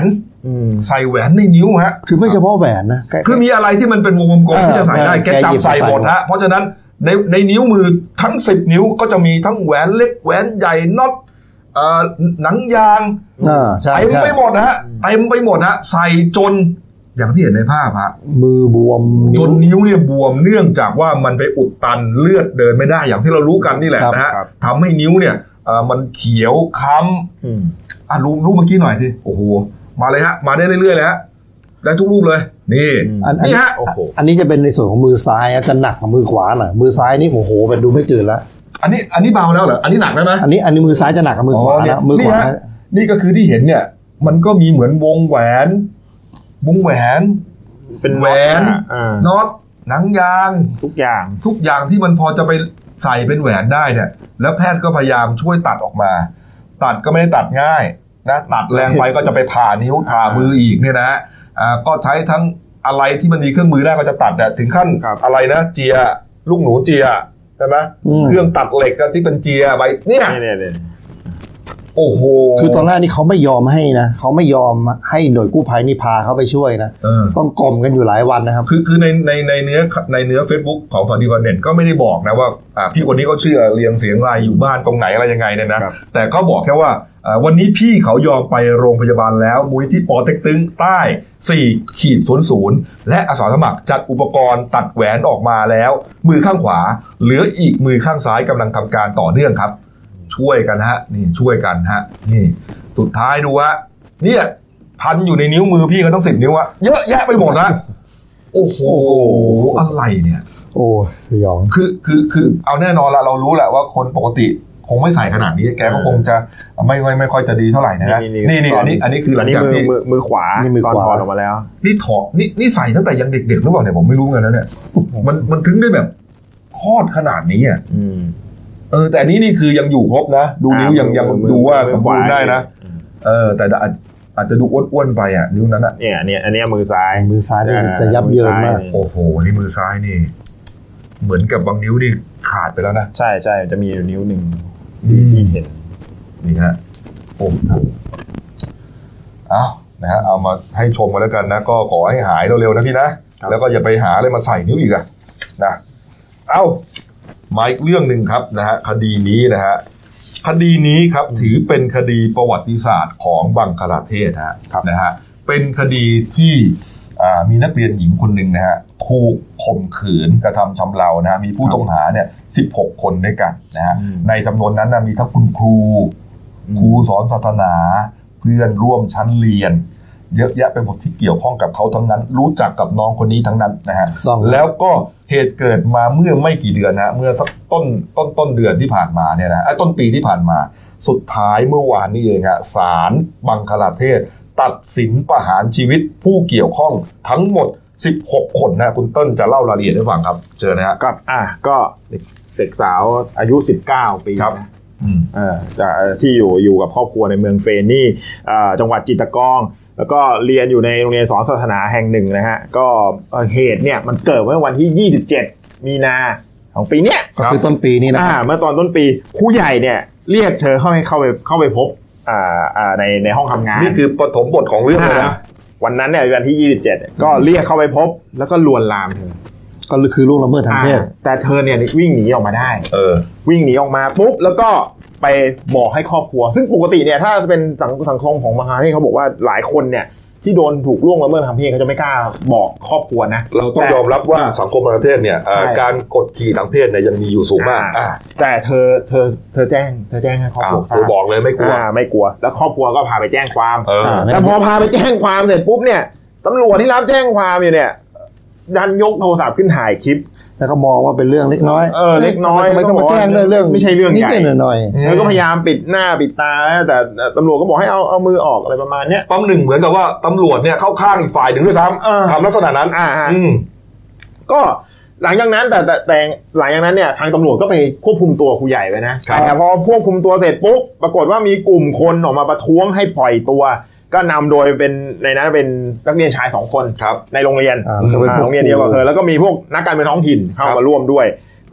ใส่แหวนในนิ้วฮะคือไม่เฉพาะแหวนนะคือมีอะไรที่มันเป็นวงกลมที่จะใส่ได้แกจับใส่หมดฮะเพราะฉะนั้นในในนิ้วมือทั้งสิบนิ้วก็จะมีทั้งแหวนเล็กแหวนใหญ่น็อตเอ่อหนังยางเต็มไปหมดฮะเต็มไปหมดฮะใส่จนอย่างที่เห็นในภาพฮะมือบวมจนนิ้วเนี่ยบวมเนื่องจากว่ามันไปอุดตันเลือดเดินไม่ได้อย่างที่เรารู้กันนี่แหละนะฮะทำให้นิ้วเนี่ยมันเขียวค้ำอ่ะรู้รู้เมื่อกี้หน่อยทีโอ้โหมาเลยฮะมาได้เรื่อยๆเลยฮะได้ทุกรูปเลยนี่นี่ฮะอันนี้จะเป็นในส่วนของมือซ้ายจะหนักกว่ามือขวาหน่อยมือซ้ายนี่โอ้โหเป็นดูไม่จืดแล้วอันนี้อันนี้เบาแล้วเหรออันนี้หนักแล้วไหมอันนี้อันนี้มือซ้ายจะหนักกว่ามือขวานะมือขวานี่ก็คือที่เห็นเนี่ยมันก็มีเหมือนวงแหวนวงแหวนเป็นแหวนน็อตหนังยางทุกอย่างทุกอย่างที่มันพอจะไปใส่เป็นแหวนได้เนี่ยแล้วแพทย์ก็พยายามช่วยตัดออกมาตัดก็ไม่ได้ตัดง่ายนะตัดแรงไปก็จะไปผ่านิ้วผ่ามืออีกเนี่ยนะอ่าก็ใช้ทั้งอะไรที่มันมีเครื่องมือได้ก็จะตัดเนี่ยถึงขั้นอะไรนะเจียลูกหนูเจียใช่ไหมเครื่องตัดเหล็กที่เป็นเจียไปเนี่ยโอ้โหคือตอนแรกนี่เขาไม่ยอมให้นะเขาไม่ยอมให้หน่วยกู้ภัยนี่พาเขาไปช่วยนะต้องกลมกันอยู่หลายวันนะครับคือคือในในในเนื้อในเนื้อ Facebook ของฝั่งดีคอนเน็ตก็ไม่ได้บอกนะว่าอ่าพี่คนนี้เขาเชื่อเรียงเสียงรายอยู่บ้านตรงไหนอะไรยังไงเนี่ยนะแต่ก็บอกแค่ว่าวันนี้พี่เขายอมไปโรงพยาบาลแล้วมูลนิธิปอเต็กตึงใต้ สี่ศูนย์ศูนย์ และอาสาสมัครจัดอุปกรณ์ตัดแหวนออกมาแล้วมือข้างขวาเหลืออีกมือข้างซ้ายกำลังทำการต่อเนื่องครับช่วยกันฮะนี่ช่วยกันฮะนี่สุดท้ายดูว่าเนี่ยพันอยู่ในนิ้วมือพี่เขาต้องสิบนิ้วอะเยอะแยะไปหมดนะโอ้โหอะไรเนี่ยโอ้สยองคือคือคือเอาแน่นอนละเรารู้แหละว่าคนปกติคงไม่ใส่ขนาดนี้แกก็คงจะไม่ไม่ไม่ค่อยจะดีเท่าไหร่นะนี่นี่อันนี้อันนี้คือหลังจากที่มือมือขวาตอนถอดออกมาแล้วนี่ถอดนี่นี่ใส่ตั้งแต่ยังเด็กๆหรือเปล่าเนี่ยผมไม่รู้เงินนะเนี่ยมันมันถึงได้แบบคลอดขนาดนี้อ่ะเออแต่อันนี้นี่คือยังอยู่ครบนะดูนิ้วยังยังดูว่าสมบูรณ์ได้นะเออแต่อาจจะดูอ้วนๆไปอ่ะนิ้วนั้นอ่ะเนี่ยเนี่ยอันนี้มือซ้ายมือซ้ายนี่จะยับเยินมากโอ้โหนี่มือซ้ายนี่เหมือนกับบางนิ้วนี่ขาดไปแล้วนะใช่ใช่จะมีนิ้วหนึ่งที่เห็นนี่ฮะโอ้เอานะฮะเอามาให้ชมกันแล้วกันนะก็ขอให้หายเร็วๆนะพี่นะแล้วก็อย่าไปหาอะไรมาใส่นิ้วอีกอะนะเอามาอีกเรื่องหนึ่งครับนะฮะคดีนี้นะฮะคดีนี้ครับถือเป็นคดีประวัติศาสตร์ของบังคลาเทศฮะนะฮะเป็นคดีที่มีนักเรียนหญิงคนหนึ่งนะฮะถูกข่มขืนกระทำชำเรานะมีผู้ต้องหาเนี่ยสิบหกคนด้วยกันนะฮะในจำนวนนั้นนะมีทั้งคุณครูครูสอนศาสนาเพื่อนร่วมชั้นเรียนเยอะแยะไปหมดที่เกี่ยวข้องกับเขาทั้งนั้นรู้จักกับน้องคนนี้ทั้งนั้นนะฮะแล้วก็เหตุเกิดมาเมื่อไม่กี่เดือนนะเมื่อต้นต้นต้นเดือนที่ผ่านมาเนี่ยนะต้นปีที่ผ่านมาสุดท้ายเมื่อวานนี้เองฮะศาลบังคลาเทศตัดสินประหารชีวิตผู้เกี่ยวข้องทั้งหมดสิบหกคนนะคุณเติ้ลจะเล่ารายละเอียดให้ฟังครับเจอนะฮะครับอ่ะก็เด็กสาวอายุสิบเก้าปีครับเอ่อที่อยู่อยู่กับครอบครัวในเมืองเฟนนี่จังหวัดจิตรกองแล้วก็เรียนอยู่ในโรงเรียนสอนศาสนาแห่งหนึ่งนะฮะก็เหตุเนี่ยมันเกิดเมื่อวันที่ยี่สิบเจ็ดมีนาของปีเนี้ยก็คือต้นปีนี้นะอ่าเมื่อตอนต้นปีผู้ใหญ่เนี่ยเรียกเธอเข้าให้เข้าไปเข้าไปพบอ่าอ่าในในห้องทำงานนี่คือปฐมบทของเรื่องเลยนะวันนั้นเนี่ยวันที่ยี่สิบเจ็ดก็เรียกเข้าไปพบแล้วก็ลวนลามเธอก็คือล่วงละเมิดทางเพศแต่เธอเนี่ยวิ่งหนีออกมาได้เออวิ่งหนีออกมาปุ๊บแล้วก็ไปบอกให้ครอบครัวซึ่งปกติเนี่ยถ้าเป็นสังสังคมของมหาวิทยาลัยเขาบอกว่าหลายคนเนี่ยที่โดนถูกล่วงละเมิดทางเพศเขาจะไม่กล้าบอกครอบครัวนะเราต้องยอมรับว่าสังคมประเทศเนี่ยการกดขี่ทางเพศเนี่ยยังมีอยู่สูงมากแต่เธอเธอเธอแจ้งเธอแจ้งให้ครอบครัวเธอบอกเลยไม่กลัวไม่กลัวแล้วครอบครัวก็พาไปแจ้งความแต่พอพาไปแจ้งความเสร็จปุ๊บเนี่ยตำรวจที่รับแจ้งความอยู่เนี่ยดันยกโทรศัพท์ขึ้นถ่ายคลิปแล้วก็มองว่าเป็นเรื่องเล็กน้อยเออเล็กน้อยทำไมต้องมาแจ้งเรื่องไม่ใช่เรื่องใหญ่นิดหน่อยแล้วก็พยายามปิดหน้าปิดตาแต่ตำรวจก็บอกให้เอาเอามือออกอะไรประมาณเนี้ยปั๊มหนึ่งเหมือนกับว่าตำรวจเนี่ยเข้าข้างอีกฝ่ายหนึ่งด้วยซ้ำทำลักษณะนั้นอ่าก็หลังจากนั้นแต่แต่แต่หลังจากนั้นเนี่ยทางตำรวจก็ไปควบคุมตัวครูใหญ่ไว้นะแต่พอควบคุมตัวเสร็จปุ๊บปรากฏว่ามีกลุ่มคนออกมาประท้วงให้ปล่อยตัวก็นำโดยเป็นในนั้นเป็นนักเรียนชายสองคนในโรงเรียนโรงเรียนเดียวกับเธอแล้วก็มีพวกนักการเมืองท้องถิ่นเข้ามาร่วมด้วย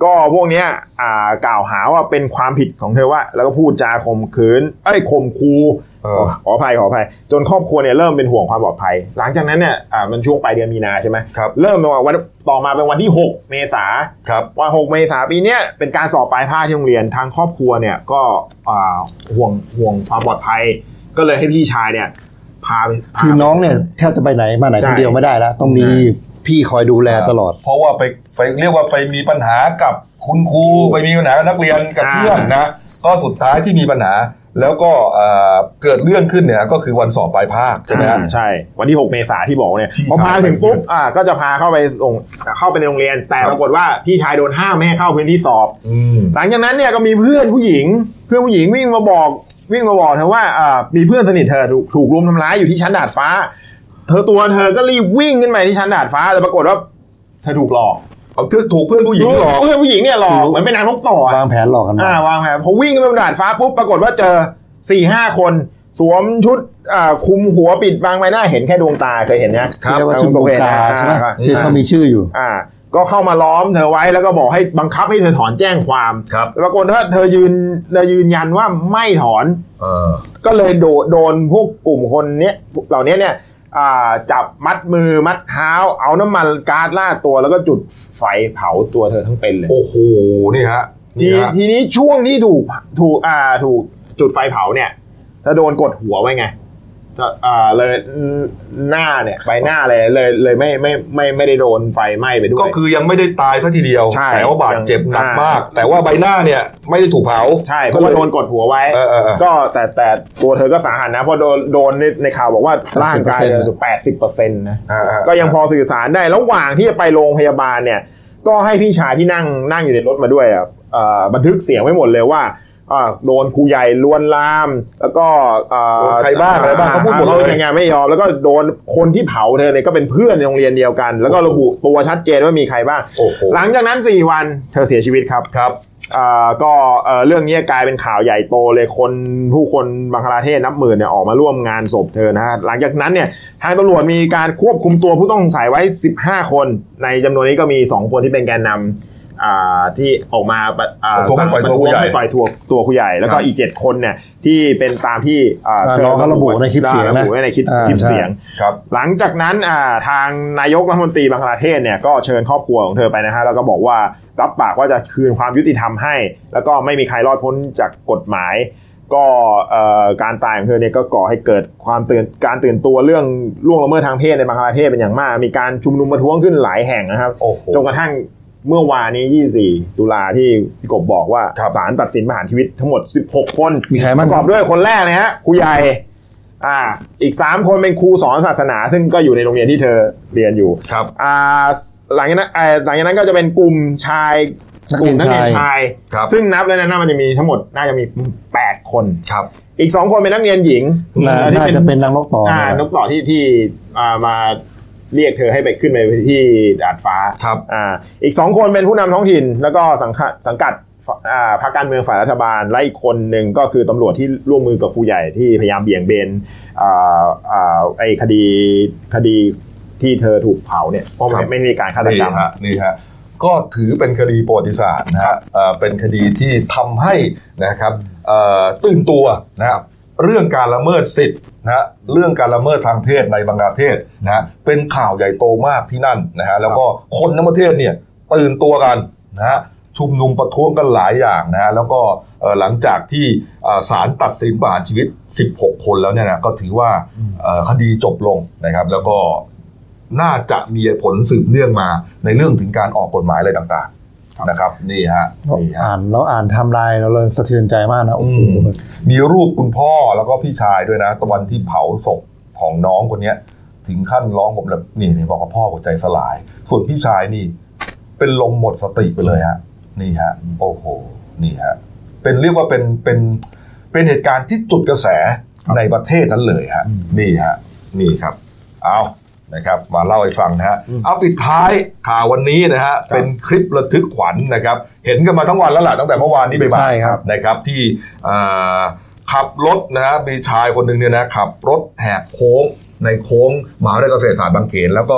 ก็พวกเนี้ยอ่ากล่าวหาว่าเป็นความผิดของเธอว่าแล้วก็พูดจาข่มขืนเอ้ยข่มคูขออภัยขออภัยจนครอบครัวเนี่ยเริ่มเป็นห่วงความปลอดภัยหลังจากนั้นเนี่ยอ่ามันช่วงปลายเดือนมีนาใช่ไหมเริ่มมาวันต่อมาเป็นวันที่หกเมษายนวันหกเมษายนปีเนี้ยเป็นการสอบปลายภาคที่โรงเรียนทางครอบครัวเนี่ยก็อ่าห่วงห่วงความปลอดภัยก็เลยให้พี่ชายเนี่ยพาไปคือน้องเนี่ยแทบจะไปไหนมาไหนคนเดียวไม่ได้แล้วต้องมีพี่คอยดูแลตลอดเพราะว่าไปไปเรียกว่าไปมีปัญหากับคุณครูไปมีปัญหากับนักเรียนกับเพื่อนนะก็สุดท้ายที่มีปัญหาแล้วก็เกิดเรื่องขึ้นเนี่ยก็คือวันสอบปลายภาคใช่ไหมใช่วันที่หกเมษายนที่บอกเนี่ยพอพาถึงปุ๊บอ่าก็จะพาเข้าไปส่งเข้าไปในโรงเรียนแต่ปรากฏว่าพี่ชายโดนห้ามไม่ให้เข้าพื้นที่สอบหลังจากนั้นเนี่ยก็มีเพื่อนผู้หญิงเพื่อนผู้หญิงวิ่งมาบอกวิ่งมาบอกเธอว่าอ่ามีเพื่อนสนิทเธอถูกรุมทำร้ายอยู่ที่ชั้นดาดฟ้าเธอตัวเธอก็รีบวิ่งขึ้นไปที่ชั้นดาดฟ้าแต่ปรากฏว่าเธอถูกหลอกเอาเธอถูกเพื่อนผู้หญิงหลอกเพื่อนผู้หญิงเนี่ยหลอกเหมือนเป็นนางนกต่อวางแผนหลอกกันอ่าวางแผนพอวิ่งขึ้นไปบนดาดฟ้าปุ๊บปรากฏว่าเจอ สี่ห้า คนสวมชุดอ่าคลุมหัวปิดบังใบหน้าเห็นแค่ดวงตาเคยเห็นนะครับเรียกว่าชุดโบกาใช่มั้ยชื่อเขามีชื่ออยู่อ่าก็เข้ามาล้อมเธอไว้แล้วก็บอกให้บังคับให้เธอถอนแจ้งความปรากฏว่าเธอยืนเธอยืนยันว่าไม่ถอนเออก็เลยโดนโดนพวกกลุ่มคนเนี้ยเหล่านี้เนี่ยอ่าจับมัดมือมัดเท้าเอาน้ำมันก๊าซราดตัวแล้วก็จุดไฟเผาตัวเธอทั้งเป็นเลยโอ้โหนี่ฮะทีทีนี้ช่วงที่ถูกถูกอ่าถูกจุดไฟเผาเนี่ยเธอโดนกดหัวไว้ไงอ่าเลยหน้าเนี่ยใบหน้าเลยเลยเลยไม่ไม่ไม่ไม่ได้โดนไฟไหม้ไปด้วยก็คือยังไม่ได้ตายซะทีเดียวแต่ว่าบาดเจ็บหนักมากแต่ว่าใบหน้าเนี่ยไม่ได้ถูกเผาใช่เพราะว่าโดนกดหัวไว้ก็แต่แต่ตัวเธอก็สาหัสนะเพราะโดนโดนในในข่าวบอกว่าร่างกายเธอ แปดสิบเปอร์เซ็นต์ นะก็ยังพอสื่อสารได้ระหว่างที่จะไปโรงพยาบาลเนี่ยก็ให้พี่ชายที่นั่งนั่งอยู่ในรถมาด้วยอ่ะบันทึกเสียงไว้หมดเลยว่าโดนครูใหญ่ลวนลามแล้วก็ใครบ้างอะไรบ้างเขาพูดหมดเลยงานไม่ยอมแล้วก็โดนคนที่เผาเธอเนี่ยก็เป็นเพื่อนในโรงเรียนเดียวกันแล้วก็ระบุตัวชัดเจนว่ามีใครบ้างหลังจากนั้นสี่วันเธอเสียชีวิตครับครับก็เรื่องนี้กลายเป็นข่าวใหญ่โตเลยคนผู้คนบังคลาเทศนับหมื่นเนี่ยออกมาร่วมงานศพเธอนะฮะหลังจากนั้นเนี่ยทางตำรวจมีการควบคุมตัวผู้ต้องสงสัยไว้สิบห้าคนในจำนวนนี้ก็มีสองคนที่เป็นแกนนำที่ออกมาตัวปล่อยตัวผู้ใหญ่ปล่อยตัวตัวผู้ใหญ่แล้วก็อีกเจ็ดคนเนี่ยที่เป็นตามที่น้องเขาระบุในคลิปเสียงนะระบุในคลิปคลิปเสียงหลังจากนั้นทางนายกรัฐมนตรีบังคลาเทศเนี่ยก็เชิญครอบครัวของเธอไปนะฮะแล้วก็บอกว่ารับปากว่าจะคืนความยุติธรรมให้แล้วก็ไม่มีใครรอดพ้นจากกฎหมายก็การตายของเธอเนี่ยก็ก่อให้เกิดความตื่นการตื่นตัวเรื่องล่วงละเมิดทางเพศในบังคลาเทศเป็นอย่างมากมีการชุมนุมประท้วงขึ้นหลายแห่งนะครับจนกระทั่งเมื่อวานนี้ยี่สิบสี่ตุลาที่พี่กบบอกว่าศาลตัดสินประหารชีวิตทั้งหมดสิบหกคนมีใครบ้างประกอบด้วยคนแรกนะฮะครูใหญ่อ่าอีกสามคนเป็นครูสอนศาสนาซึ่งก็อยู่ในโรงเรียนที่เธอเรียนอยู่ครับอ่าหลังจากนั้นอ่าหลังจากนั้นก็จะเป็นกลุ่มชายกลุ่มนักเรียนชายซึ่งนับแล้วนะมันจะมีทั้งหมดน่าจะมีแปดคนครับอีกสองคนเป็นนักเรียนหญิงน่าจะเป็นนางนกต่ออ่านกต่อที่ที่อ่ามาเรียกเธอให้ไปขึ้นไปที่ดาดฟ้าครับอ่าอีกสองคนเป็นผู้นำท้องถิ่นแล้วก็สังกัดสังกัดอ่าพรรคการเมืองฝ่ายรัฐบาลและอีกคนหนึ่งก็คือตำรวจที่ร่วมมือกับครูใหญ่ที่พยายามเบี่ยงเบนอ่าอ่าไอ้คดีคดีที่เธอถูกเผาเนี่ยเพราะไม่มีการฆาตกรรมนี่ฮะก็ถือเป็นคดีประวัติศาสตร์นะฮะเป็นคดีที่ทำให้นะครับตื่นตัวนะครับเรื่องการละเมิดสิทธิ์นะเรื่องการละเมิดทางเพศในบังคลาเทศนะเป็นข่าวใหญ่โตมากที่นั่นนะฮะแล้วก็คนในประเทศเนี่ยตื่นตัวกันนะฮะชุมนุมประท้วงกันหลายอย่างนะฮะแล้วก็หลังจากที่ศาลตัดสินประหารชีวิตสิบหกคนแล้วเนี่ยนะก็ถือว่าคดีจบลงนะครับแล้วก็น่าจะมีผลสืบเนื่องมาในเรื่องถึงการออกกฎหมายอะไรต่างๆนะครับนี่ฮะนี่อ่านแล้วอ่านไทม์ไลน์เราเลยสะเทือนใจมากนะโอ้โหมีรูปคุณพ่อแล้วก็พี่ชายด้วยนะตอนที่เผาศพของน้องคนนี้ถึงขั้นร้องผมแบบนี่นี่บอกว่าพ่อหัวใจสลายส่วนพี่ชายนี่เป็นลมหมดสติไปเลยฮะนี่ฮะโอ้โหนี่ฮะเป็นเรียกว่าเป็นเป็นเป็นเหตุการณ์ที่จุดกระแสในประเทศนั้นเลยฮะนี่ฮะนี่ครับเอานะครับมาเล่าให้ฟังนะฮะเอาปิดท้ายข่าววันนี้นะฮะเป็นคลิประทึกขวัญนะครับเห็นกันมาทั้งวันแล้วล่ะตั้งแต่เมื่อวานนี้ไปมานะครับที่ขับรถนะฮะมีชายคนหนึ่งเนี่ยนะขับรถแหกโค้งในโค้งมหาวิทยาลัยเกษตรศาสตร์บางเขนแล้วก็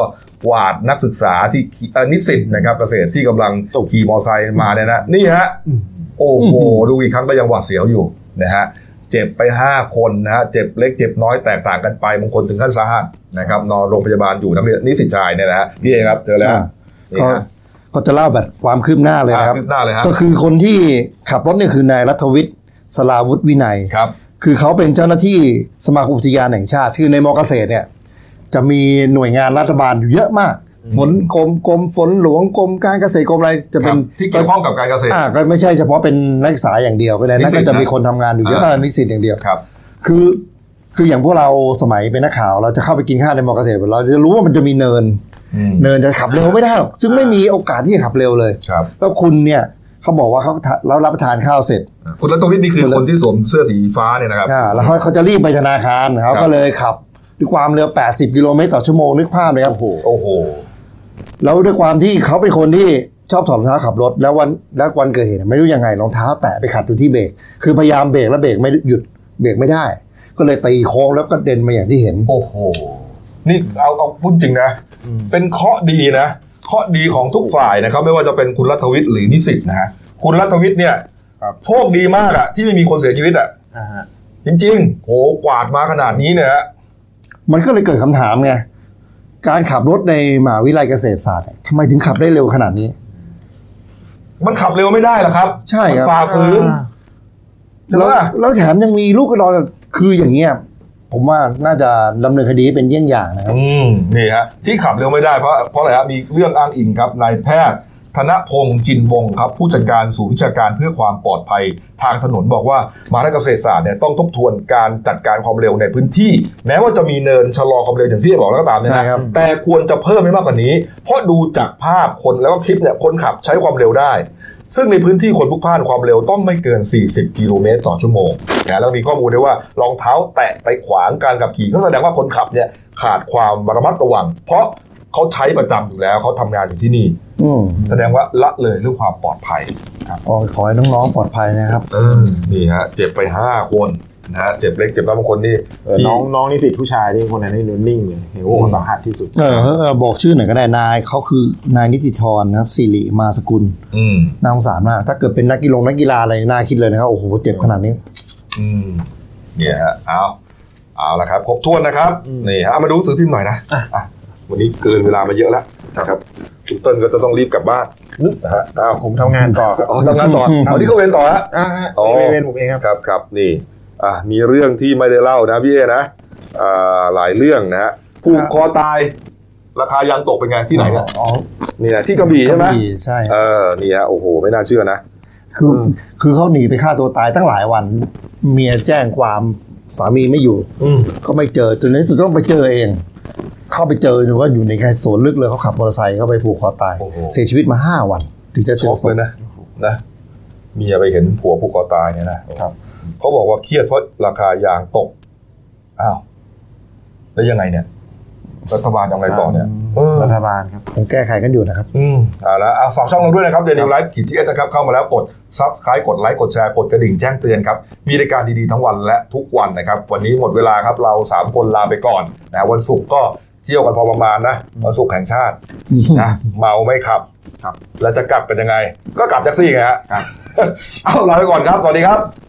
กวาดนักศึกษาที่นิสิตนะครับเกษตรที่กำลังขี่มอเตอร์ไซค์มาเนี่ยนะนี่ฮะโอ้โหดูอีกครั้งก็ยังหวาดเสียวอยู่นะฮะเจ็บไปห้าคนนะฮะเจ็บเล็กเจ็บน้อยแตกต่างกันไปบางคนถึงขั้นสาหัสนะครับนอนโรงพยาบาลอยู่นักเรียนนิสิตชายเนี่ยนะฮะพี่เองครับเจอแล้วก็ก็จะเล่าแบบความคืบหน้าเลยนะครับก็คือคนที่ขับรถเนี่ยคือนายรัฐวิทย์สลาวุฒิวินัยครับคือเขาเป็นเจ้าหน้าที่สมาคมอุทยานแห่งชาติคือในมอเกษตรเนี่ยจะมีหน่วยงานรัฐบาลอยู่เยอะมากฝนกรมกรมฝนหลวงกรมการเกษตรกรมอะไรจะเป็นที่เกี่ยวข้องกับการเกษตรอ่าก็ไม่ใช่เฉพาะเป็นนักศึกษาอย่างเดียวก็ได้นั่นก็จะมีคนทำงานอยู่เยอะนิสิตอย่างเดียวครับคือคืออย่างพวกเราสมัยเป็นนักข่าวเราจะเข้าไปกินข้าวในมอเกษตรเราจะรู้ว่ามันจะมีเนินเนินจะขับเร็วไม่ได้หรอกซึ่งไม่มีโอกาสที่จะขับเร็วเลยแล้วคุณเนี่ยเขาบอกว่าเขาเรารับประทานข้าวเสร็จคุณรัตวิทย์นี่คือคนที่สวมเสื้อสีฟ้าเนี่ยนะครับอ่าแล้วเขาเขาจะรีบไปธนาคารเขาก็เลยขับด้วยความเร็วแปดสิบกิโลเมตรต่อชั่วโมงนึกภาพเลยครับโอ้โหแล้วด้วยความที่เขาเป็นคนที่ชอบถอดรองเท้าขับรถแล้ววันแล้ววันเกิดเหตุไม่รู้ยังไงรองเท้าแตะไปขัดอยู่ที่เบรกคือพยายามเบรกแล้วเบรกไม่หยุดเบรกไม่ได้ก็เลยตีโค้งแล้วก็เด่นมาอย่างที่เห็นโอ้โหนี่เอาเอาพูดจริงนะเป็นเคราะห์ดีนะเคราะห์ดีของทุกฝ่ายนะครับไม่ว่าจะเป็นคุณรัฐวิทย์หรือนิสิตนะฮะคุณรัฐวิทย์เนี่ยโชคดีมากอะที่ไม่มีคนเสียชีวิตอะจริงๆโหกวาดมาขนาดนี้เนี่ยมันก็เลยเกิดคำถามไงการขับรถในมหาวิทยาลัยเกษตรศาสตร์ทำไมถึงขับได้เร็วขนาดนี้มันขับเร็วไม่ได้หรอครับใช่ครับฝ่าฝืนแล้วแล้วแถมยังมีลูกกระดอนคืออย่างเงี้ยผมว่าน่าจะดำเนินคดีเป็นเยี่ยงอย่างนะครับอืมนี่ฮะที่ขับเร็วไม่ได้เพราะเพราะอะไรครับมีเรื่องอ้างอิงครับนายแพทย์ธนพงษ์จินวงศ์ครับผู้จัดการศูนย์วิชาการเพื่อความปลอดภัยทางถนนบอกว่ามหาวิทยาลัยเกษตรศาสตร์เนี่ยต้องทบทวนการจัดการความเร็วในพื้นที่แม้ว่าจะมีเนินชะลอความเร็วอย่างที่บอกแล้วก็ตามเนี่ยนะแต่ควรจะเพิ่มให้มากกว่านี้เพราะดูจากภาพคนแล้วก็คลิปเนี่ยคนขับใช้ความเร็วได้ซึ่งในพื้นที่คนพลุกพล่านความเร็วต้องไม่เกินสี่สิบกิโลเมตรต่อชั่วโมงนะแล้วมีข้อมูลด้วยว่ารองเท้าแตะไปขวางการขับขี่ก็แสดงว่าคนขับเนี่ยขาดความระมัดระวังเพราะเขาใช้ประจำอยู่แล้วเขาทำงานอยู่ที่นี่แสดงว่าละเลยเรื่องความปลอดภัยครับขอให้น้องๆปลอดภัยนะครับเออนี่ฮะเจ็บไปห้าคนนะฮะเจ็บเล็กเจ็บน้อยบางคนนี่น้องน้องนิสิตผู้ชายที่คนนั้นนี่นิ่งเลยเห็นว่าสาหัสที่สุดเออบอกชื่อหน่อยก็ได้นายเขาคือนายนิติธรนะครับสิริมาสกุลน่าสงสารมากถ้าเกิดเป็นนักกีฬานักกีฬาอะไรน่าคิดเลยนะครับโอ้โหเจ็บขนาดนี้อืมเนี่ยฮะเอาเอาละครับครบถ้วนนะครับนี่ฮะมาดูสื่อพิมพ์หน่อยนะอ่ะวันนี้เกินเวลามาเยอะแล้วนะครับคุณเติ้ลก็จะต้องรีบกลับบ้านนะฮะอ้าวผมทำงานต่อครับอ๋อทำงานต่อเอาที่เขาเว้นต่อฮะอ๋อเว้นผมเองครับครับครับนี่อ่ะมีเรื่องที่ไม่ได้เล่านะพี่เอนะอ่าหลายเรื่องนะฮะผูกคอตายราคายางตกเป็นไงที่ไหนเนี่ยอ๋อนี่แหละที่กระบี่ใช่ไหมใช่เออนี่ฮะโอ้โหไม่น่าเชื่อนะคือคือเขาหนีไปฆ่าตัวตายตั้งหลายวันเมียแจ้งความสามีไม่อยู่ก็ไม่เจอจนในสุดต้องไปเจอเองเข้าไปเจอหรือว่าอยู่ในแค่สวนลึกเลยเขาขับมอเตอร์ไซค์เข้าไปผูกคอตายเสียชีวิตมาห้าวันถึงจะเจอศพเลยนะนะเมียไปเห็นผัวผูกคอตายเนี่ยนะครับเขาบอกว่าเครียดเพราะราคายางตกอ้าวแล้วยังไงเนี่ยรัฐบาลทำอะไรต่อเนี่ยรัฐบาลครับคงแก้ไขกันอยู่นะครับอืมเอาละฝากช่องเราด้วยนะครับ Daily Life ขีดทีเอสนะครับเข้ามาแล้วกด Subscribe กดไลค์กดแชร์กดกระดิ่งแจ้งเตือนครับมีรายการดีๆทั้งวันและทุกวันนะครับวันนี้หมดเวลาครับเราสามคนลาไปก่อนนะวันศุกร์ก็เที่ยวกันพอประมาณนะวันศุกร์แห่งชาตินะเมาไม่ขับครับแล้วจะกลับเป็นยังไงก็กลับแท็กซี่ไงฮะเอาลาไปก่อนครับสวัสดีครับ